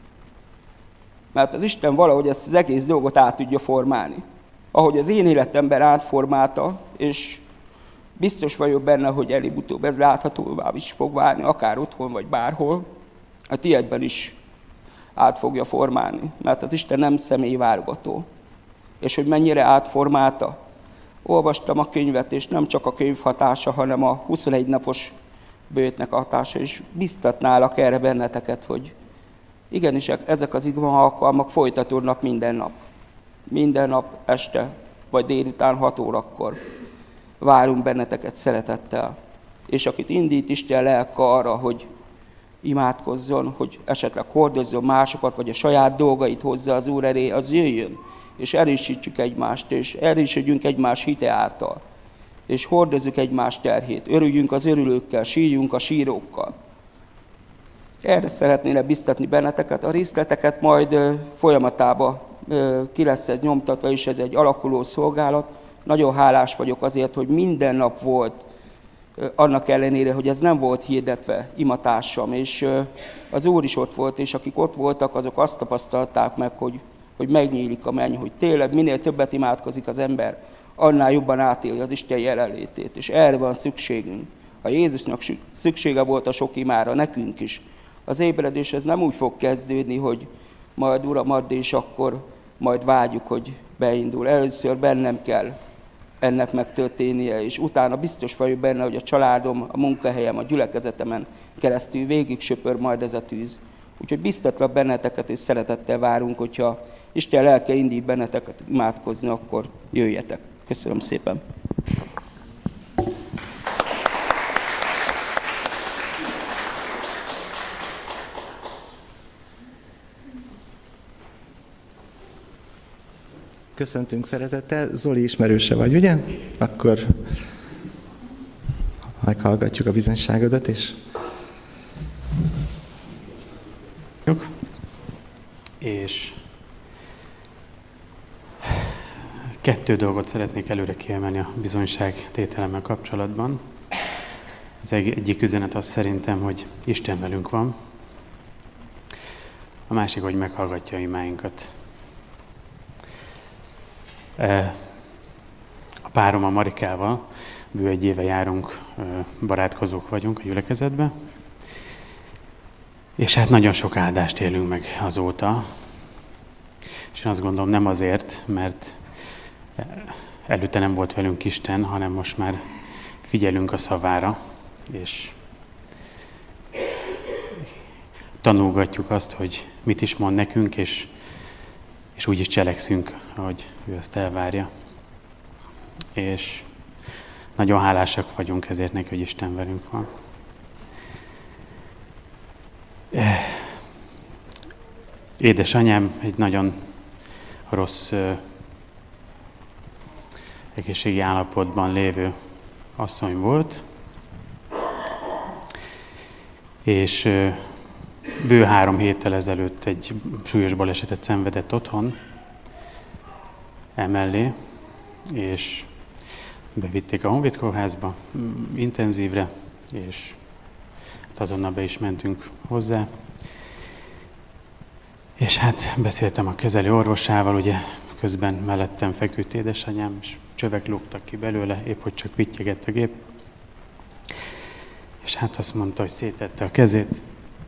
Mert az Isten valahogy ezt az egész dolgot át tudja formálni. Ahogy az én életemben átformálta, és biztos vagyok benne, hogy előbb-utóbb ez láthatóvá is fog válni, akár otthon, vagy bárhol, a tiédben is át fogja formálni. Mert az Isten nem személyválogató. És hogy mennyire átformálta. Olvastam a könyvet, és nem csak a könyv hatása, hanem a huszonegy napos bőjtnek a hatása, és biztatnálak erre benneteket, hogy igenis ezek az igma alkalmak folytatódnak minden nap. Minden nap este, vagy délután hat órakor várunk benneteket szeretettel. És akit indít Isten lelke arra, hogy imádkozzon, hogy esetleg hordozzon másokat, vagy a saját dolgait hozza az Úr elé, az jöjjön. És erősítsük egymást, és erősödjünk egymás hite által. És hordozzuk egymás terhét. Örüljünk az örülőkkel, síjjunk a sírókkal. Erre szeretnélek biztatni benneteket. A részleteket majd folyamatában ki lesz ez nyomtatva, és ez egy alakuló szolgálat. Nagyon hálás vagyok azért, hogy minden nap volt, annak ellenére, hogy ez nem volt hirdetve, imatársam, és az Úr is ott volt, és akik ott voltak, azok azt tapasztalták meg, hogy, hogy megnyílik a menny, hogy tényleg minél többet imádkozik az ember, annál jobban átéli az Isten jelenlétét, és erre van szükségünk. Ha Jézusnak szüksége volt a sok imára, nekünk is. Az ébredés ez nem úgy fog kezdődni, hogy majd Uram add, és akkor majd vágyjuk, hogy beindul. Először bennem kell ennek megtörténnie, és utána biztos vagyok benne, hogy a családom, a munkahelyem, a gyülekezetemen keresztül végig söpör majd ez a tűz. Úgyhogy biztatlak benneteket, és szeretettel várunk, hogyha Isten lelke indít benneteket imádkozni, akkor jöjjetek. Köszönöm szépen! Köszöntünk szeretettel. Zoli ismerőse vagy, ugye? Akkor meghallgatjuk a bizonyságodat is. És kettő dolgot szeretnék előre kiemelni a bizonyság tételemmel kapcsolatban. Az egyik üzenet az szerintem, hogy Isten velünk van. A másik, hogy meghallgatja a imáinkat. A párom, a Marikával, bő egy éve járunk, barátkozók vagyunk a gyülekezetbe, és hát nagyon sok áldást élünk meg azóta. És én azt gondolom, nem azért, mert előtte nem volt velünk Isten, hanem most már figyelünk a szavára, és tanulgatjuk azt, hogy mit is mond nekünk, és és úgy is cselekszünk, ahogy ő azt elvárja. És nagyon hálásak vagyunk ezért neki, hogy Isten velünk van. Édesanyám egy nagyon rossz egészségi állapotban lévő asszony volt, és bő három héttel ezelőtt egy súlyos balesetet szenvedett otthon, emellé, és bevitték a Honvéd kórházba intenzívre, és azonnal be is mentünk hozzá. És hát beszéltem a kezelő orvosával, ugye közben mellettem feküdt édesanyám, és csövek lógtak ki belőle, épp hogy csak pittyegett a gép. És hát azt mondta, hogy széttette a kezét.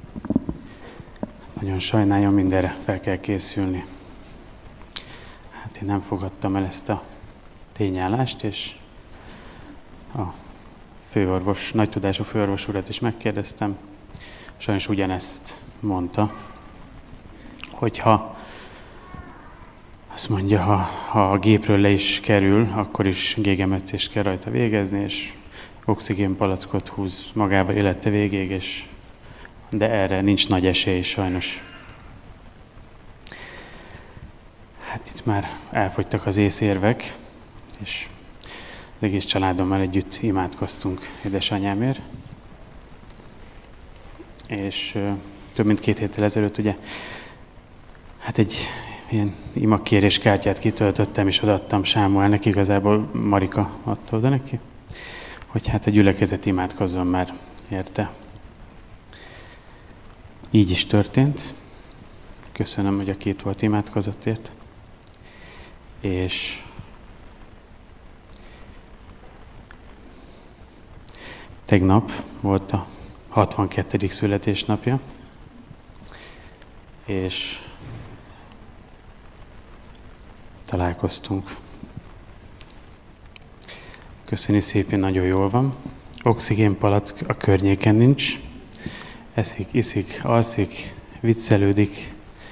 Nagyon sajnálom, mindenre fel kell készülni. Hát én nem fogadtam el ezt a tényállást, és a főorvos, nagy tudású főorvos urat is megkérdeztem. Sajnos ugyanezt mondta, hogyha azt mondja, ha, ha a gépről le is kerül, akkor is gégemetszést kell rajta végezni, és oxigénpalackot húz magába élete végéig, és de erre nincs nagy esély sajnos. már elfogytak az észérvek, és az egész családommal együtt imádkoztunk édesanyámért. És uh, több mint két héttel ezelőtt ugye, hát egy ilyen imakérés kártyát kitöltöttem, és odaadtam Sámuelnek, igazából Marika adta oda neki, hogy hát a gyülekezet imádkozzon már érte. Így is történt. Köszönöm, hogy a két volt imádkozott ért. És tegnap volt a hatvankettedik születésnapja, és találkoztunk. Köszöni szépen, nagyon jól van. Oxigénpalack a környéken nincs. Eszik, iszik, alszik, viccelődik,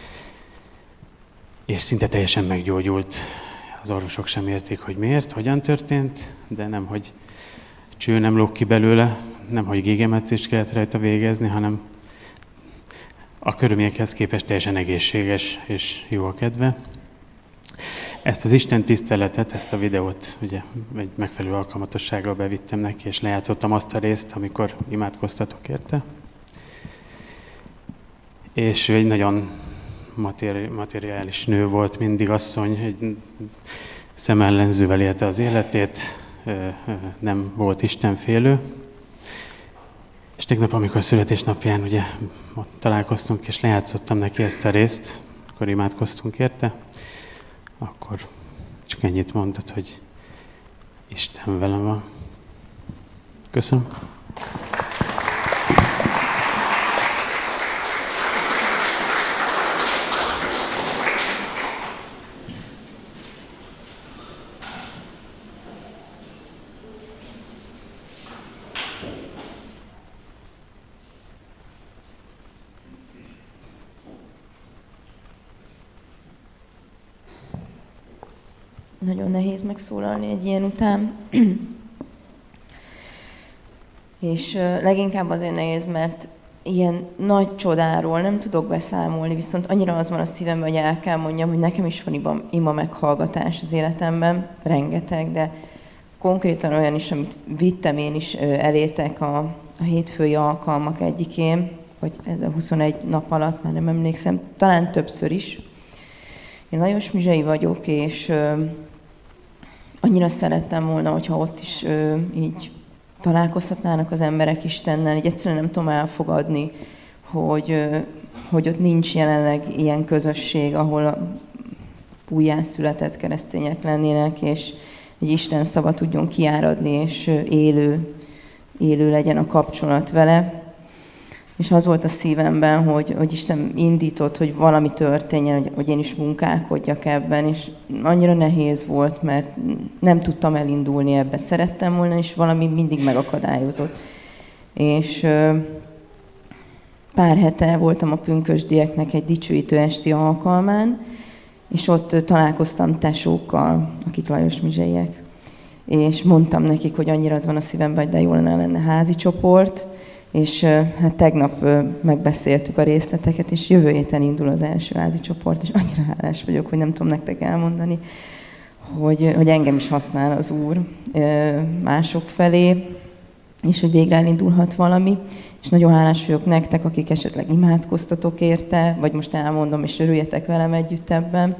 és szinte teljesen meggyógyult. Az orvosok sem érték, hogy miért, hogyan történt, de nem, hogy cső nem lóg ki belőle, nem, hogy gégemetszést kellett rajta végezni, hanem a körülményekhez képest teljesen egészséges és jó a kedve. Ezt az Isten tiszteletet, ezt a videót ugye egy megfelelő alkalmatossággal bevittem neki, és lejátszottam azt a részt, amikor imádkoztatok érte. És ő egy nagyon materi- materiális nő volt, mindig asszony, egy szemellenzővel élte az életét, nem volt istenfélő. És tegnap, amikor születésnapján ugye ott találkoztunk, és lejátszottam neki ezt a részt, akkor imádkoztunk érte, akkor csak ennyit mondott, hogy Isten velem van. Köszönöm. Nagyon nehéz megszólalni egy ilyen után. És leginkább azért nehéz, mert ilyen nagy csodáról nem tudok beszámolni, viszont annyira az van a szívemben, hogy el kell mondjam, hogy nekem is van ima, ima meghallgatás az életemben, rengeteg, de konkrétan olyan is, amit vittem én is elétek a, a hétfői alkalmak egyikén, vagy ez a huszonegy nap alatt, már nem emlékszem, talán többször is. Én Lajos Mizsei vagyok, és ö, annyira szerettem volna, hogyha ott is ö, így találkozhatnának az emberek Istennel, így egyszerűen nem tudom elfogadni, hogy, ö, hogy ott nincs jelenleg ilyen közösség, ahol a újjászületett keresztények lennének, és egy Isten szava tudjon kiáradni, és ö, élő, élő legyen a kapcsolat vele. És az volt a szívemben, hogy, hogy Isten indított, hogy valami történjen, hogy, hogy én is munkálkodjak ebben, és annyira nehéz volt, mert nem tudtam elindulni ebbe. Szerettem volna, és valami mindig megakadályozott. És ö, pár hete voltam a pünkösdieknek egy dicsőítő esti alkalmán, és ott ö, találkoztam tesókkal, akik Lajos Mizseiek. És mondtam nekik, hogy annyira az van a szívemben, hogy de jó lenne, lenne házi csoport, és hát tegnap megbeszéltük a részleteket, és jövő héten indul az első házi csoport, és annyira hálás vagyok, hogy nem tudom nektek elmondani, hogy, hogy engem is használ az Úr mások felé, és hogy végre elindulhat valami. És nagyon hálás vagyok nektek, akik esetleg imádkoztatok érte, vagy most elmondom, és örüljetek velem együtt ebben.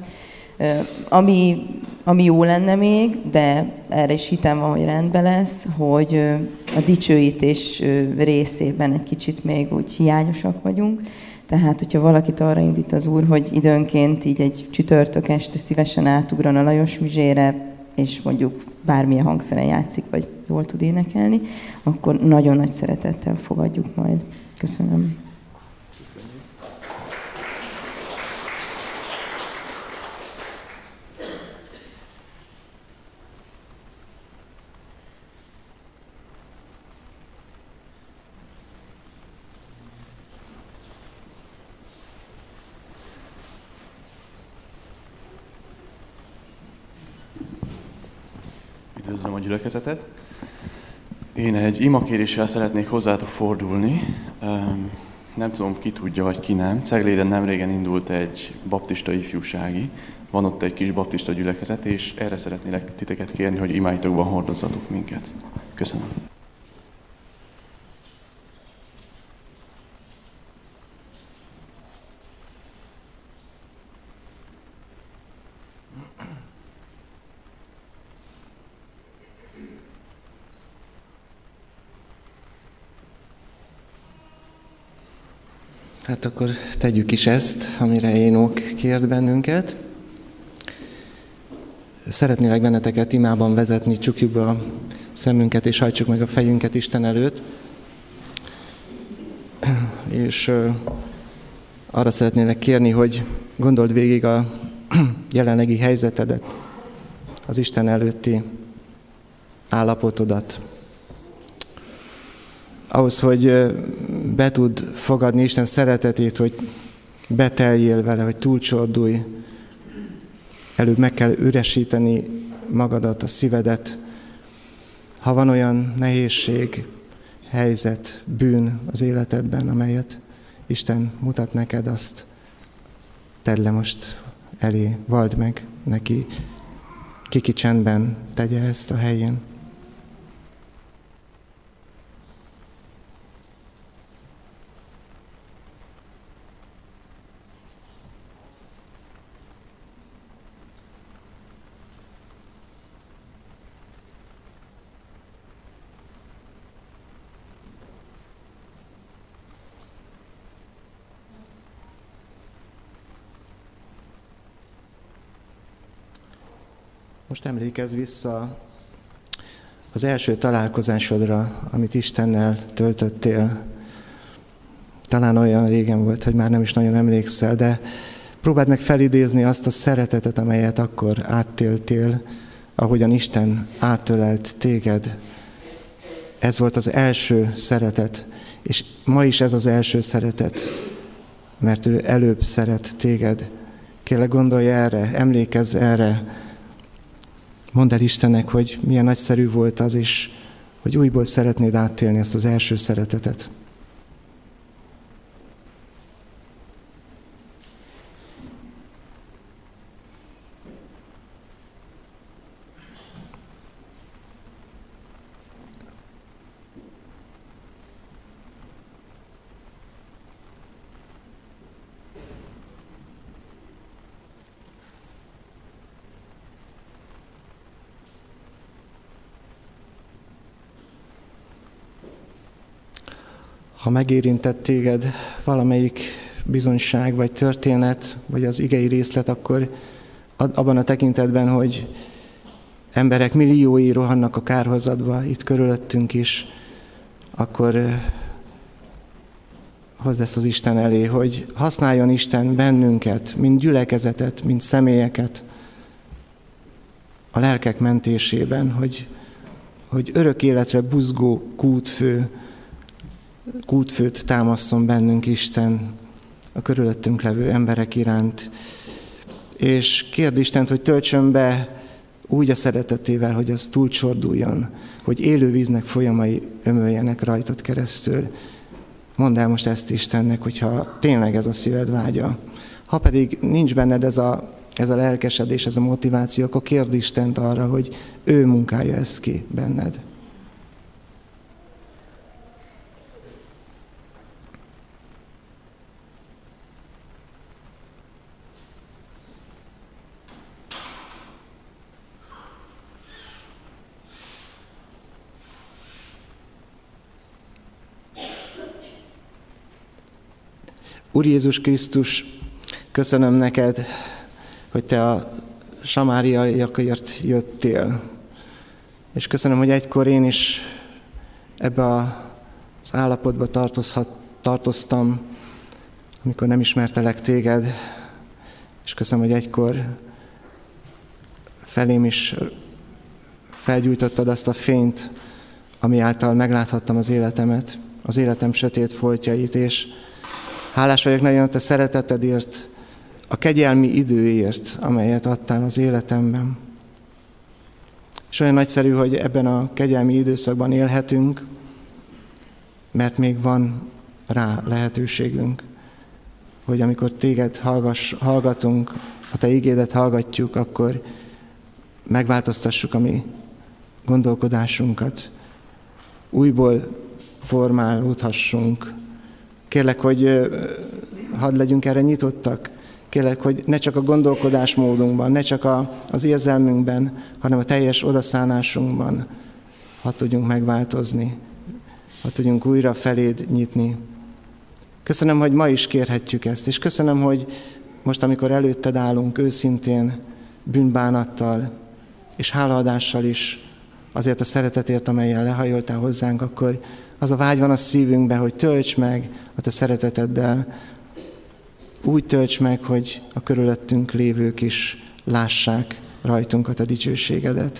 Ami, ami jó lenne még, de erre is hitem van, hogy rendben lesz, hogy a dicsőítés részében egy kicsit még úgy hiányosak vagyunk. Tehát, hogyha valakit arra indít az Úr, hogy időnként így egy csütörtök este szívesen átugran a Lajos Mizsére, és mondjuk bármilyen hangszeren játszik, vagy jól tud énekelni, akkor nagyon nagy szeretettel fogadjuk majd. Köszönöm. Üdvözlöm a gyülekezetet. Én egy imakéréssel szeretnék hozzátok fordulni. nem tudom, ki tudja, vagy ki nem. Cegléden nemrégen indult egy baptista ifjúsági, van ott egy kis baptista gyülekezet, és erre szeretnélek titeket kérni, hogy imáitokban hordozzatok minket. Köszönöm. Hát akkor tegyük is ezt, amire Énok kért bennünket. Szeretnélek benneteket imában vezetni, csukjuk be a szemünket és hajtsuk meg a fejünket Isten előtt. És arra szeretnélek kérni, hogy gondold végig a jelenlegi helyzetedet, az Isten előtti állapotodat. Ahhoz, hogy be tud fogadni Isten szeretetét, hogy beteljél vele, hogy túlcsordulj, előbb meg kell üresíteni magadat, a szívedet. Ha van olyan nehézség, helyzet, bűn az életedben, amelyet Isten mutat neked, azt tedd le most elé, vald meg neki, kiki csendben tegye ezt a helyén. Most emlékezz vissza az első találkozásodra, amit Istennel töltöttél. Talán olyan régen volt, hogy már nem is nagyon emlékszel, de próbáld meg felidézni azt a szeretetet, amelyet akkor áttéltél, ahogyan Isten átölelt téged. Ez volt az első szeretet, és ma is ez az első szeretet, mert ő előbb szeret téged. Kérlek, gondolj erre, emlékezz erre. Mondd el Istennek, hogy milyen nagyszerű volt az, és hogy újból szeretnéd áttélni ezt az első szeretetet. Ha megérintett téged valamelyik bizonyság, vagy történet, vagy az igei részlet, akkor abban a tekintetben, hogy emberek milliói rohannak a kárhozatba, itt körülöttünk is, akkor hozd ezt az Isten elé, hogy használjon Isten bennünket, mint gyülekezetet, mint személyeket a lelkek mentésében, hogy, hogy örök életre buzgó kútfő, kútfőt támaszson bennünk Isten a körülöttünk levő emberek iránt. És kérd Istent, hogy töltsön be úgy a szeretetével, hogy az túlcsorduljon, hogy élő víznek folyamai ömöljenek rajtad keresztül. Mondd el most ezt Istennek, hogyha tényleg ez a szíved vágya. Ha pedig nincs benned ez a, ez a lelkesedés, ez a motiváció, akkor kérd Istent arra, hogy ő munkálja ezt ki benned. Úr Jézus Krisztus, köszönöm neked, hogy te a samáriaiakért jöttél. És köszönöm, hogy egykor én is ebbe az állapotba tartozhat, tartoztam, amikor nem ismertelek téged. És köszönöm, hogy egykor felém is felgyújtottad azt a fényt, ami által megláthattam az életemet, az életem sötét foltjait, és hálás vagyok nagyon a te szeretetedért, a kegyelmi időért, amelyet adtál az életemben. És olyan nagyszerű, hogy ebben a kegyelmi időszakban élhetünk, mert még van rá lehetőségünk, hogy amikor téged hallgass, hallgatunk, a te igédet hallgatjuk, akkor megváltoztassuk a mi gondolkodásunkat, újból formálódhassunk. Kérlek, hogy hadd legyünk erre nyitottak. Kérlek, hogy ne csak a gondolkodásmódunkban, ne csak a, az érzelmünkben, hanem a teljes odaszánásunkban hadd tudjunk megváltozni, hadd tudjunk újra feléd nyitni. Köszönöm, hogy ma is kérhetjük ezt, és köszönöm, hogy most, amikor előtted állunk őszintén, bűnbánattal és hálaadással is azért a szeretetért, amellyel lehajoltál hozzánk, akkor az a vágy van a szívünkben, hogy tölts meg a te szereteteddel, úgy tölts meg, hogy a körülöttünk lévők is lássák rajtunk a te dicsőségedet.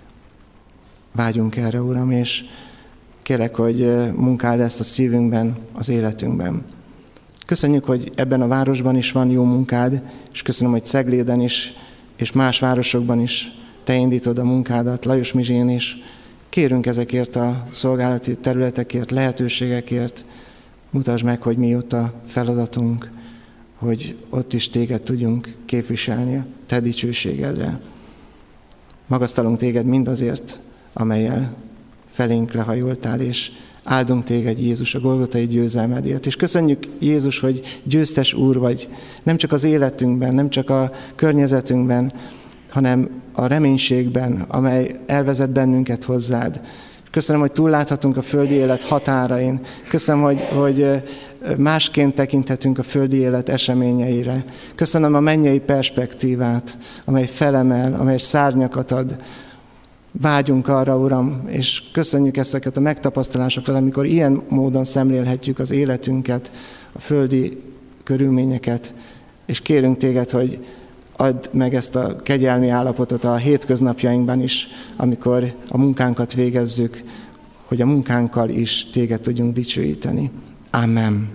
Vágyunk erre, Uram, és kérlek, hogy munkáld ezt a szívünkben, az életünkben. Köszönjük, hogy ebben a városban is van jó munkád, és köszönöm, hogy Cegléden is, és más városokban is te indítod a munkádat, Lajosmizsén is. Kérünk ezekért a szolgálati területekért, lehetőségekért. Mutasd meg, hogy mi ott a feladatunk, hogy ott is téged tudjunk képviselni a te dicsőségedre. Magasztalunk téged mindazért, amellyel felénk lehajoltál, és áldunk téged, Jézus, a golgotai győzelmedért. És köszönjük, Jézus, hogy győztes Úr vagy, nem csak az életünkben, nem csak a környezetünkben, hanem a reménységben, amely elvezet bennünket hozzád. Köszönöm, hogy túlláthatunk a földi élet határain. Köszönöm, hogy, hogy másként tekinthetünk a földi élet eseményeire. Köszönöm a mennyei perspektívát, amely felemel, amely szárnyakat ad. Vágyunk arra, Uram, és köszönjük ezeket a megtapasztalásokat, amikor ilyen módon szemlélhetjük az életünket, a földi körülményeket, és kérünk téged, hogy add meg ezt a kegyelmi állapotot a hétköznapjainkban is, amikor a munkánkat végezzük, hogy a munkánkkal is téged tudjunk dicsőíteni. Amen.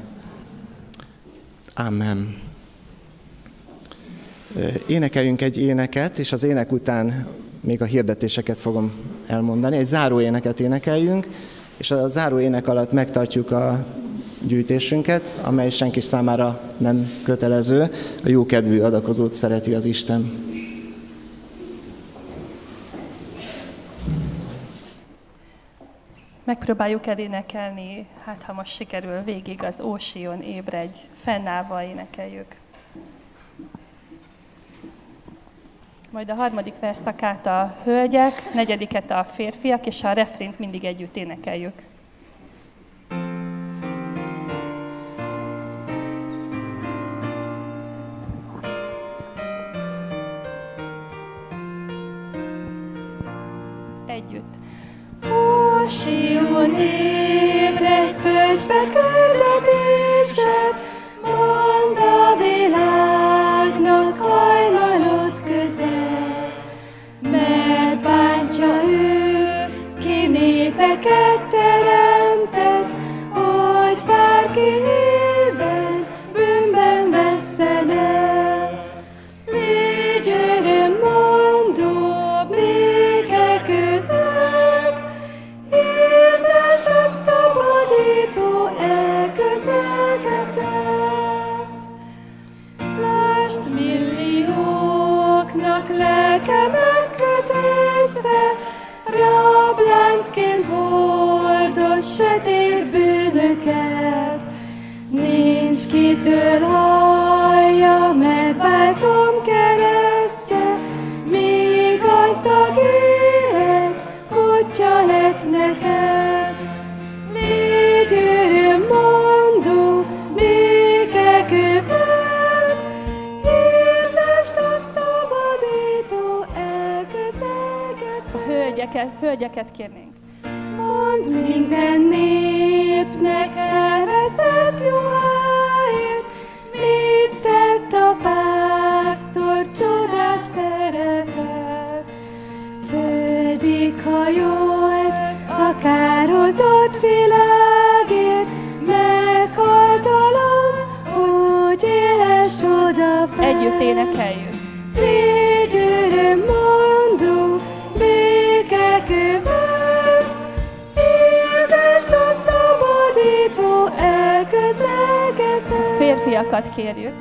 Amen. Énekeljünk egy éneket, és az ének után még a hirdetéseket fogom elmondani. Egy záró éneket énekeljünk, és a záró ének alatt megtartjuk a gyűjtésünket, amely senki számára nem kötelező. A jókedvű adakozót szereti az Isten. Megpróbáljuk elénekelni, hát ha most sikerül végig az Ó Sion ébredj, fennállva énekeljük. Majd a harmadik verszakát a hölgyek, negyediket a férfiak, és a refrént mindig együtt énekeljük. Együtt. Ó Sion ébredj, töltsd be küldetésed, mondd a világnak hajnalod közel, mert bántja őt, ki népeket teremtett, hogy bárki ében, bűnben vesszen el. Légy örömmondó, békekövet, hirdesd a szabadító elközelgetett. Lásd millióknak lelke megkötözve, rabláncként hordoz sötét bűnöket. Nincs kitől hallja, megváltom keresztje, míg gazdag élet kutya lett neked. Légy örömmondó, békekövet, hirdesd a szabadító elközelgetett. A hölgyeket, hölgyeket kérnénk. Mondd minden népnek elveszett juháért, mit tett a pásztor csodás szeretet. Földig hajolt a kározott világért, meghalt a land, hogy éles odafent. Együtt énekeljük. Légy örömmondó, békekövet, hirdesd a szabadító elközelgetett. férfiakat kérjük.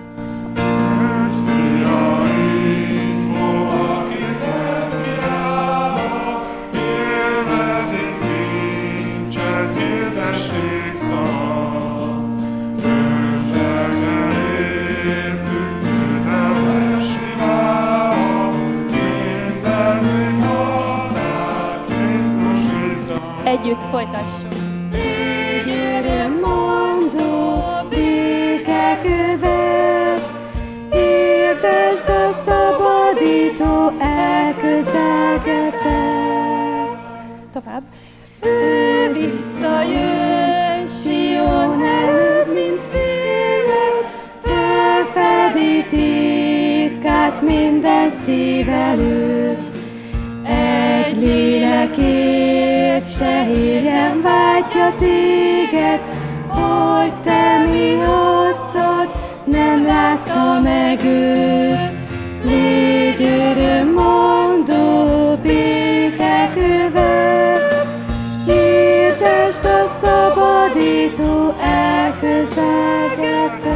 Együtt folytassuk. Légy örömmondó, békekövet, hirdesd a szabadító elközelgetett. Tovább. Ő visszajön, Sion előbb, mint féled, fölfedi titkát minden szív előtt. Egy lélekért sehérjen vágyja téged, hogy te miattad nem látta meg őt. Légy örömmondó, békekövet, hirdesd a szabadító elközelgetett.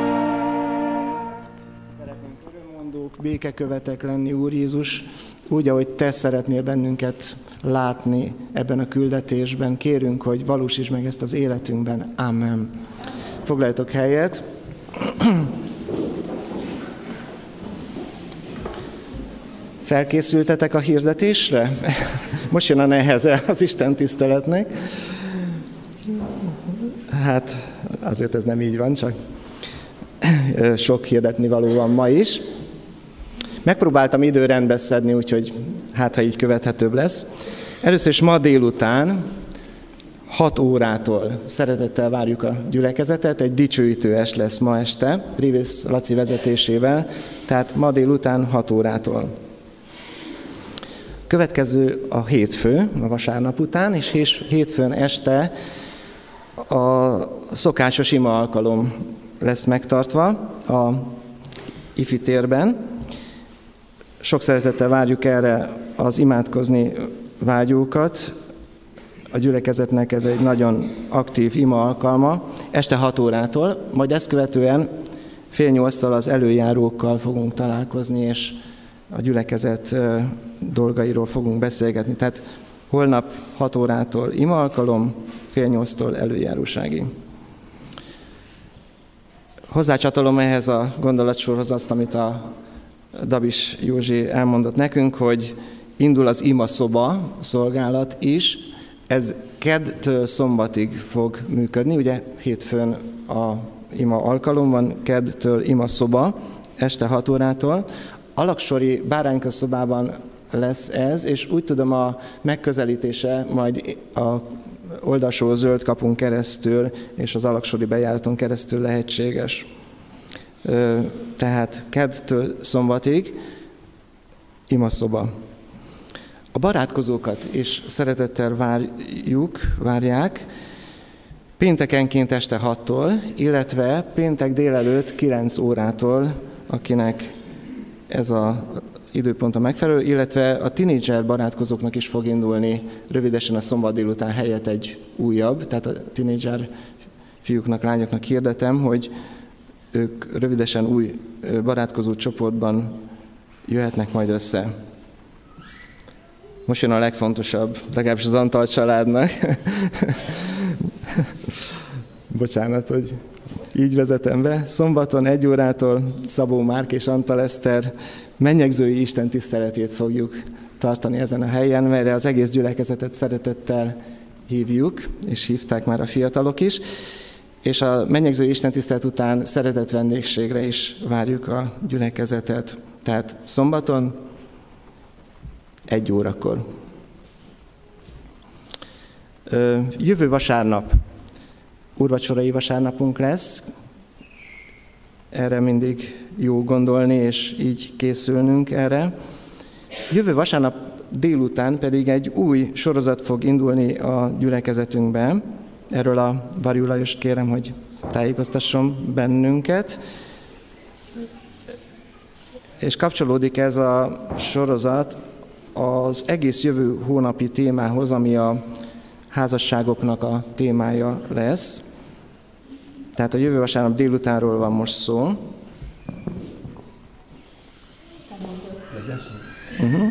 Szeretnénk örömmondók, békekövetek lenni, Úr Jézus, úgy, ahogy Te szeretnél bennünket látni ebben a küldetésben. Kérünk, hogy valósítsd meg ezt az életünkben. Amen. Foglaljatok helyet. Felkészültetek a hirdetésre? Most jön a neheze az Isten tiszteletnek. Hát azért ez nem így van, csak sok hirdetni való van ma is. Megpróbáltam időrendbe szedni, úgyhogy hát, ha így követhetőbb lesz. Először is ma délután hat órától szeretettel várjuk a gyülekezetet, egy dicsőítő est lesz ma este, Rivész Laci vezetésével, tehát ma délután hat órától. Következő a hétfő, a vasárnap után, és hétfőn este a szokásos ima alkalom lesz megtartva a ifi térben. Sok szeretettel várjuk erre az imádkozni vágyókat. A gyülekezetnek ez egy nagyon aktív ima alkalma, este hat órától, majd ezt követően fél nyolctól az előjárókkal fogunk találkozni, és a gyülekezet dolgairól fogunk beszélgetni. Tehát holnap hat órától ima alkalom, fél nyolctól előjárósági. Hozzácsatolom ehhez a gondolatsorhoz azt, amit a Dabis Józsi elmondott nekünk, hogy indul az ima szoba szolgálat is. Ez keddtől szombatig fog működni, ugye hétfőn a ima alkalom van, keddtől ima szoba, este hat órától. Alaksori Bárányka szobában lesz ez, és úgy tudom a megközelítése majd a oldalsó zöld kapun keresztül és az alaksori bejáraton keresztül lehetséges. Tehát keddtől szombatig imaszoba. A barátkozókat is szeretettel várjuk, várják péntekenként este hattól, illetve péntek délelőtt kilenc órától, akinek ez az időpont a megfelelő, illetve a tinédzser barátkozóknak is fog indulni rövidesen a szombat délután helyett egy újabb, tehát a tinédzser fiúknak, lányoknak hirdetem, hogy ők rövidesen új barátkozó csoportban jöhetnek majd össze. Most jön a legfontosabb, legalábbis az Antal családnak. Bocsánat, hogy így vezetem be. Szombaton egy órától Szabó Márk és Antal Eszter mennyegzői Isten tiszteletét fogjuk tartani ezen a helyen, melyre az egész gyülekezetet szeretettel hívjuk, és hívták már a fiatalok is. És a mennyegzői istentisztelet után szeretett vendégségre is várjuk a gyülekezetet. Tehát szombaton egy órakor. Jövő vasárnap úrvacsorai vasárnapunk lesz. Erre mindig jó gondolni, és így készülnünk erre. Jövő vasárnap délután pedig egy új sorozat fog indulni a gyülekezetünkben. Erről a Varjú Lajost kérem, hogy tájékoztasson bennünket. És kapcsolódik ez a sorozat az egész jövő hónapi témához, ami a házasságoknak a témája lesz. Tehát a jövő vasárnap délutánról van most szó. Uh-huh.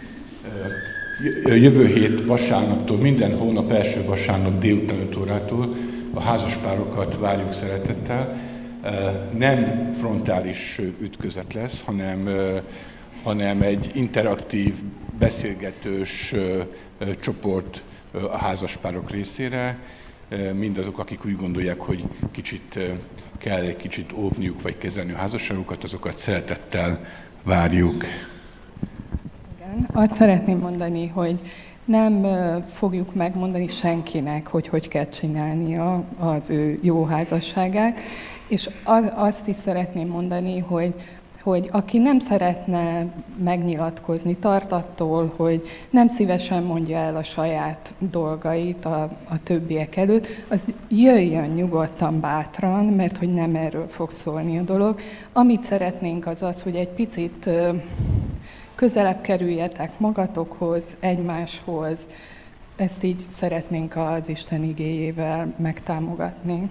Jövő hét vasárnaptól, minden hónap első vasárnap délután öt órától a házaspárokat várjuk szeretettel. Nem frontális ütközet lesz, hanem, hanem egy interaktív, beszélgetős csoport a házaspárok részére. Mindazok, akik úgy gondolják, hogy kicsit kell egy kicsit óvniuk vagy kezelni a házasságukat, azokat szeretettel várjuk. Igen, azt szeretném mondani, hogy nem fogjuk megmondani senkinek, hogy hogy kell csinálnia az ő jó házasságát, és azt is szeretném mondani, hogy hogy aki nem szeretne megnyilatkozni, tart attól, hogy nem szívesen mondja el a saját dolgait a, a többiek előtt, az jöjjön nyugodtan, bátran, mert hogy nem erről fog szólni a dolog. Amit szeretnénk az az, hogy egy picit közelebb kerüljetek magatokhoz, egymáshoz. Ezt így szeretnénk az Isten igéjével megtámogatni.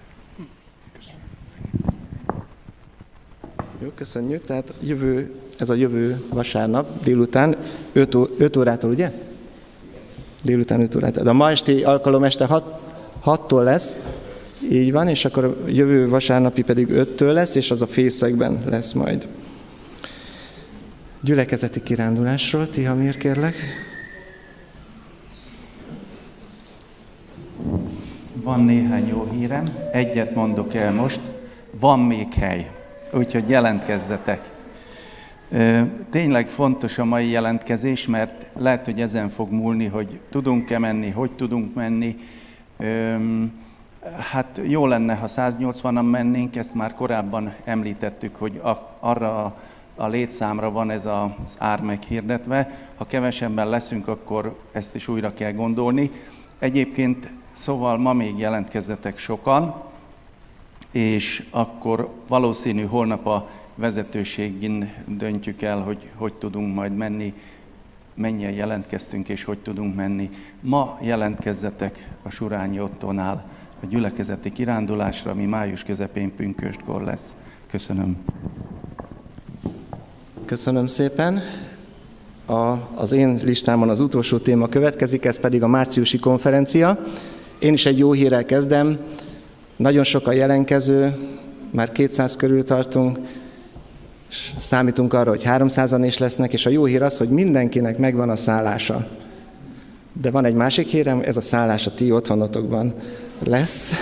Jó, köszönjük. Tehát jövő, ez a jövő vasárnap délután öt órától, ugye? Délután öt órától. De a ma esti alkalom este hattól lesz, így van, és akkor a jövő vasárnapi pedig öttől lesz, és az a fészekben lesz majd. Gyülekezeti kirándulásról, Tihamír, kérlek. Van néhány jó hírem, egyet mondok el most, van még hely. Úgyhogy jelentkezzetek. Tényleg fontos a mai jelentkezés, mert lehet, hogy ezen fog múlni, hogy tudunk-e menni, hogy tudunk menni. Hát jó lenne, ha száznyolcvanan mennénk, ezt már korábban említettük, hogy arra a létszámra van ez az ár meghirdetve. Ha kevesebben leszünk, akkor ezt is újra kell gondolni. Egyébként szóval ma még jelentkezzetek sokan, és akkor valószínű holnap a vezetőségén döntjük el, hogy hogy tudunk majd menni, mennyien jelentkeztünk és hogy tudunk menni. Ma jelentkezzetek a Surányi Ottónál a gyülekezeti kirándulásra, ami május közepén pünköstkor lesz. Köszönöm. Köszönöm szépen. A, az én listámon az utolsó téma következik, ez pedig a márciusi konferencia. Én is egy jó hírrel kezdem. Nagyon sok a jelentkező, már kétszáz körül tartunk, és számítunk arra, hogy háromszázan is lesznek, és a jó hír az, hogy mindenkinek megvan a szállása. De van egy másik hírem, ez a szállás a ti otthonotokban lesz.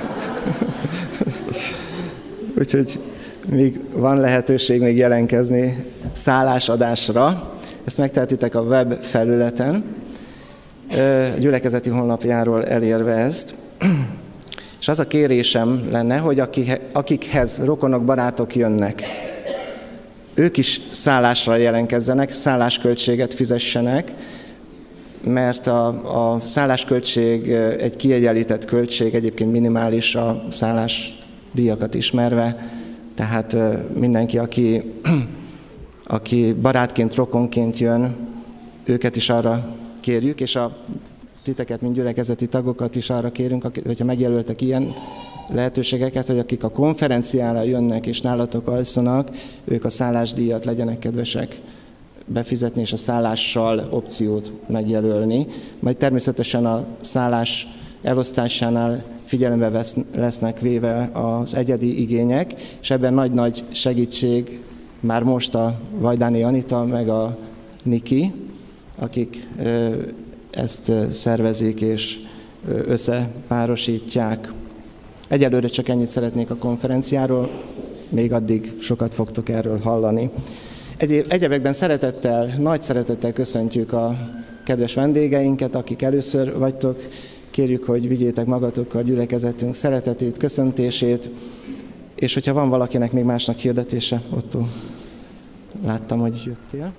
Úgyhogy még van lehetőség még jelentkezni szállásadásra. Ezt megtehetitek a web felületen, a gyülekezeti honlapjáról elérve ezt. És az a kérésem lenne, hogy akikhez rokonok, barátok jönnek, ők is szállásra jelentkezzenek, szállásköltséget fizessenek, mert a, a szállásköltség egy kiegyenlített költség, egyébként minimális a szállásdíjakat ismerve, tehát mindenki, aki, aki barátként, rokonként jön, őket is arra kérjük, és a titeket, mint gyülekezeti tagokat is arra kérünk, hogyha megjelöltek ilyen lehetőségeket, hogy akik a konferenciára jönnek és nálatok alszanak, ők a szállásdíjat legyenek kedvesek befizetni, és a szállással opciót megjelölni. Majd természetesen a szállás elosztásánál figyelembe vesz, lesznek véve az egyedi igények, és ebben nagy-nagy segítség már most a Vajdáni Anita, meg a Niki, akik ezt szervezik és összepárosítják. Egyelőre csak ennyit szeretnék a konferenciáról, még addig sokat fogtok erről hallani. Egy, egyebekben szeretettel, nagy szeretettel köszöntjük a kedves vendégeinket, akik először vagytok. Kérjük, hogy vigyétek magatokkal gyülekezetünk szeretetét, köszöntését, és hogyha van valakinek még másnak hirdetése, Otto, láttam, hogy jöttél.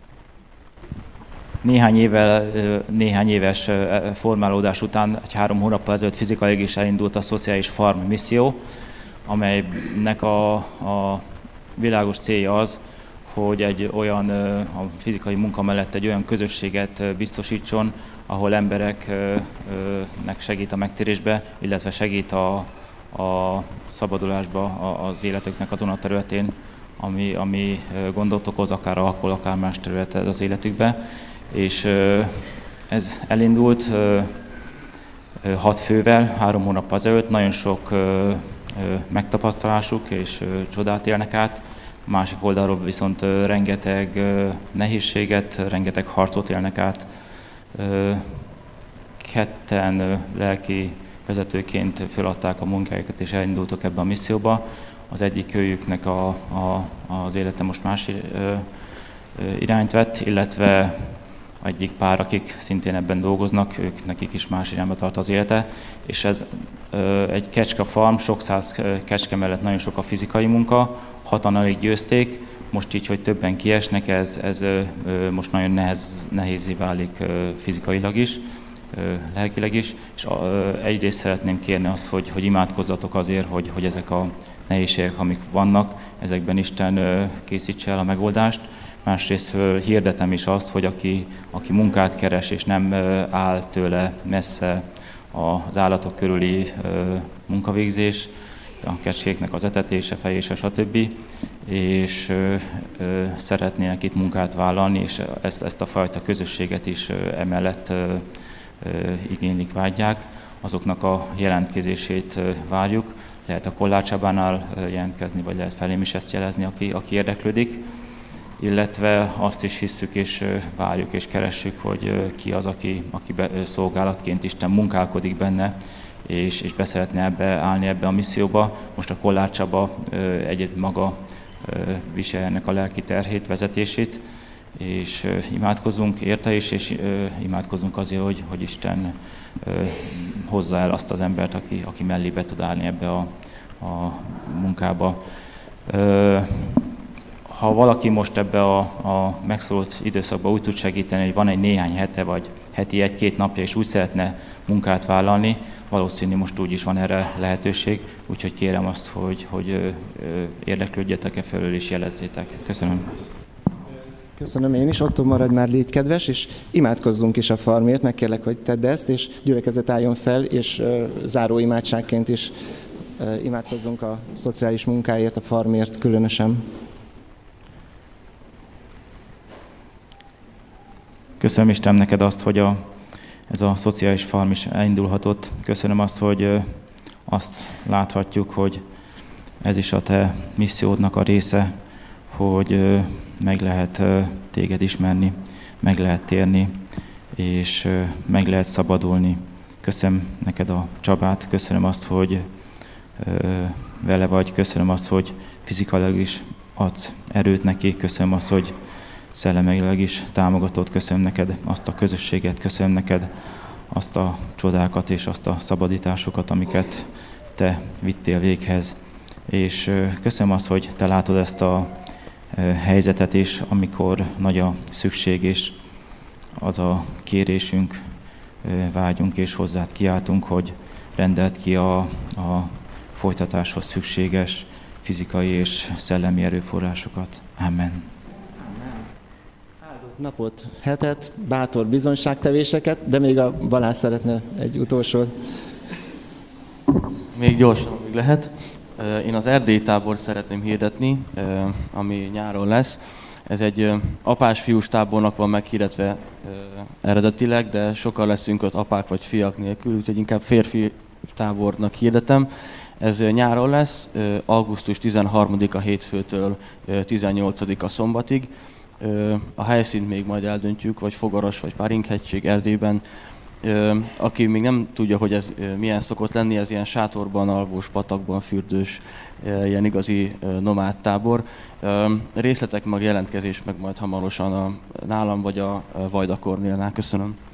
Néhány, évvel, néhány éves formálódás után, egy három hónappal ezelőtt fizikailag is elindult a Szociális Farm misszió, amelynek a, a világos célja az, hogy egy olyan, a fizikai munka mellett egy olyan közösséget biztosítson, ahol embereknek segít a megtérésbe, illetve segít a, a szabadulásba az életüknek azon a területén, ami, ami gondot okoz, akár alkohol, akár más területet az életükbe. És ez elindult hat fővel, három hónap azelőtt, nagyon sok megtapasztalásuk és csodát élnek át. Másik oldalról viszont rengeteg nehézséget, rengeteg harcot élnek át. Ketten lelki vezetőként feladták a munkájukat és elindultak ebbe a misszióba. Az egyik őjüknek a, a, az élete most más irányt vett, illetve egyik pár, akik szintén ebben dolgoznak, ők nekik is más irányba tart az élete. És ez egy kecske farm, sok száz kecske mellett nagyon sok a fizikai munka, hatan alig győzték, most így, hogy többen kiesnek, ez, ez most nagyon nehez, nehézé válik fizikailag is, lelkileg is. És egyrészt szeretném kérni azt, hogy, hogy imádkozzatok azért, hogy, hogy ezek a nehézségek, amik vannak, ezekben Isten készítse el a megoldást. Másrészt hirdetem is azt, hogy aki, aki munkát keres és nem áll tőle messze az állatok körüli munkavégzés, a kecskéknek az etetése, fejése, stb. És szeretnének itt munkát vállalni, és ezt, ezt a fajta közösséget is emellett igénylik, vágyják, azoknak a jelentkezését várjuk. Lehet a Kollácsabánál jelentkezni, vagy lehet felém is ezt jelezni, aki, aki érdeklődik. Illetve azt is hisszük és várjuk és keressük, hogy ki az, aki, aki be, szolgálatként Isten munkálkodik benne, és, és be szeretne ebbe állni ebbe a misszióba. Most a Kollár Csaba egyed maga viselje ennek a lelki terhét, vezetését, és imádkozunk érte is, és imádkozunk azért, hogy, hogy Isten hozza el azt az embert, aki, aki mellé be tud állni ebbe a, a munkába. Ha valaki most ebbe a, a megszólalt időszakban úgy tud segíteni, hogy van egy néhány hete, vagy heti egy-két napja, és úgy szeretne munkát vállalni, valószínű most úgy is van erre lehetőség, úgyhogy kérem azt, hogy, hogy érdeklődjetek e fölül és jelezzétek. Köszönöm. Köszönöm én is, Otto, maradj már, légy kedves, és imádkozzunk is a farmért, megkérlek, hogy tedd ezt, és gyülekezet álljon fel, és uh, záró imádságként is uh, imádkozzunk a szociális munkáért, a farmért különösen. Köszönöm Isten neked azt, hogy a, ez a szociális farm is elindulhatott. Köszönöm azt, hogy uh, azt láthatjuk, hogy ez is a te missziódnak a része, hogy uh, meg lehet téged ismerni, meg lehet térni, és meg lehet szabadulni. Köszönöm neked a Csabát, köszönöm azt, hogy vele vagy, köszönöm azt, hogy fizikailag is adsz erőt neki, köszönöm azt, hogy szellemileg is támogatod, köszönöm neked azt a közösséget, köszönöm neked azt a csodákat és azt a szabadításokat, amiket te vittél véghez. És köszönöm azt, hogy te látod ezt a helyzetet is, amikor nagy a szükség, és az a kérésünk, vágyunk és hozzád kiáltunk, hogy rendeld ki a, a folytatáshoz szükséges fizikai és szellemi erőforrásokat. Amen. Áldott napot, hetet, bátor bizonyságtevéseket, de még a Balázs szeretne egy utolsó. Még gyorsan, amíg lehet. Én az erdélyi tábort szeretném hirdetni, ami nyáron lesz. Ez egy apás-fiús tábornak van meghirdetve eredetileg, de sokan leszünk ott apák vagy fiak nélkül, úgyhogy inkább férfi tábornak hirdetem. Ez nyáron lesz, augusztus tizenharmadika hétfőtől tizennyolcadika szombatig. A helyszínt még majd eldöntjük, vagy Fogaras, vagy Párinkhegység Erdélyben. Aki még nem tudja, hogy ez milyen szokott lenni, ez ilyen sátorban, alvós, patakban, fürdős, ilyen igazi nomád tábor. Részletek meg jelentkezés meg majd hamarosan a, nálam vagy a Vajda Kornélnál. Köszönöm.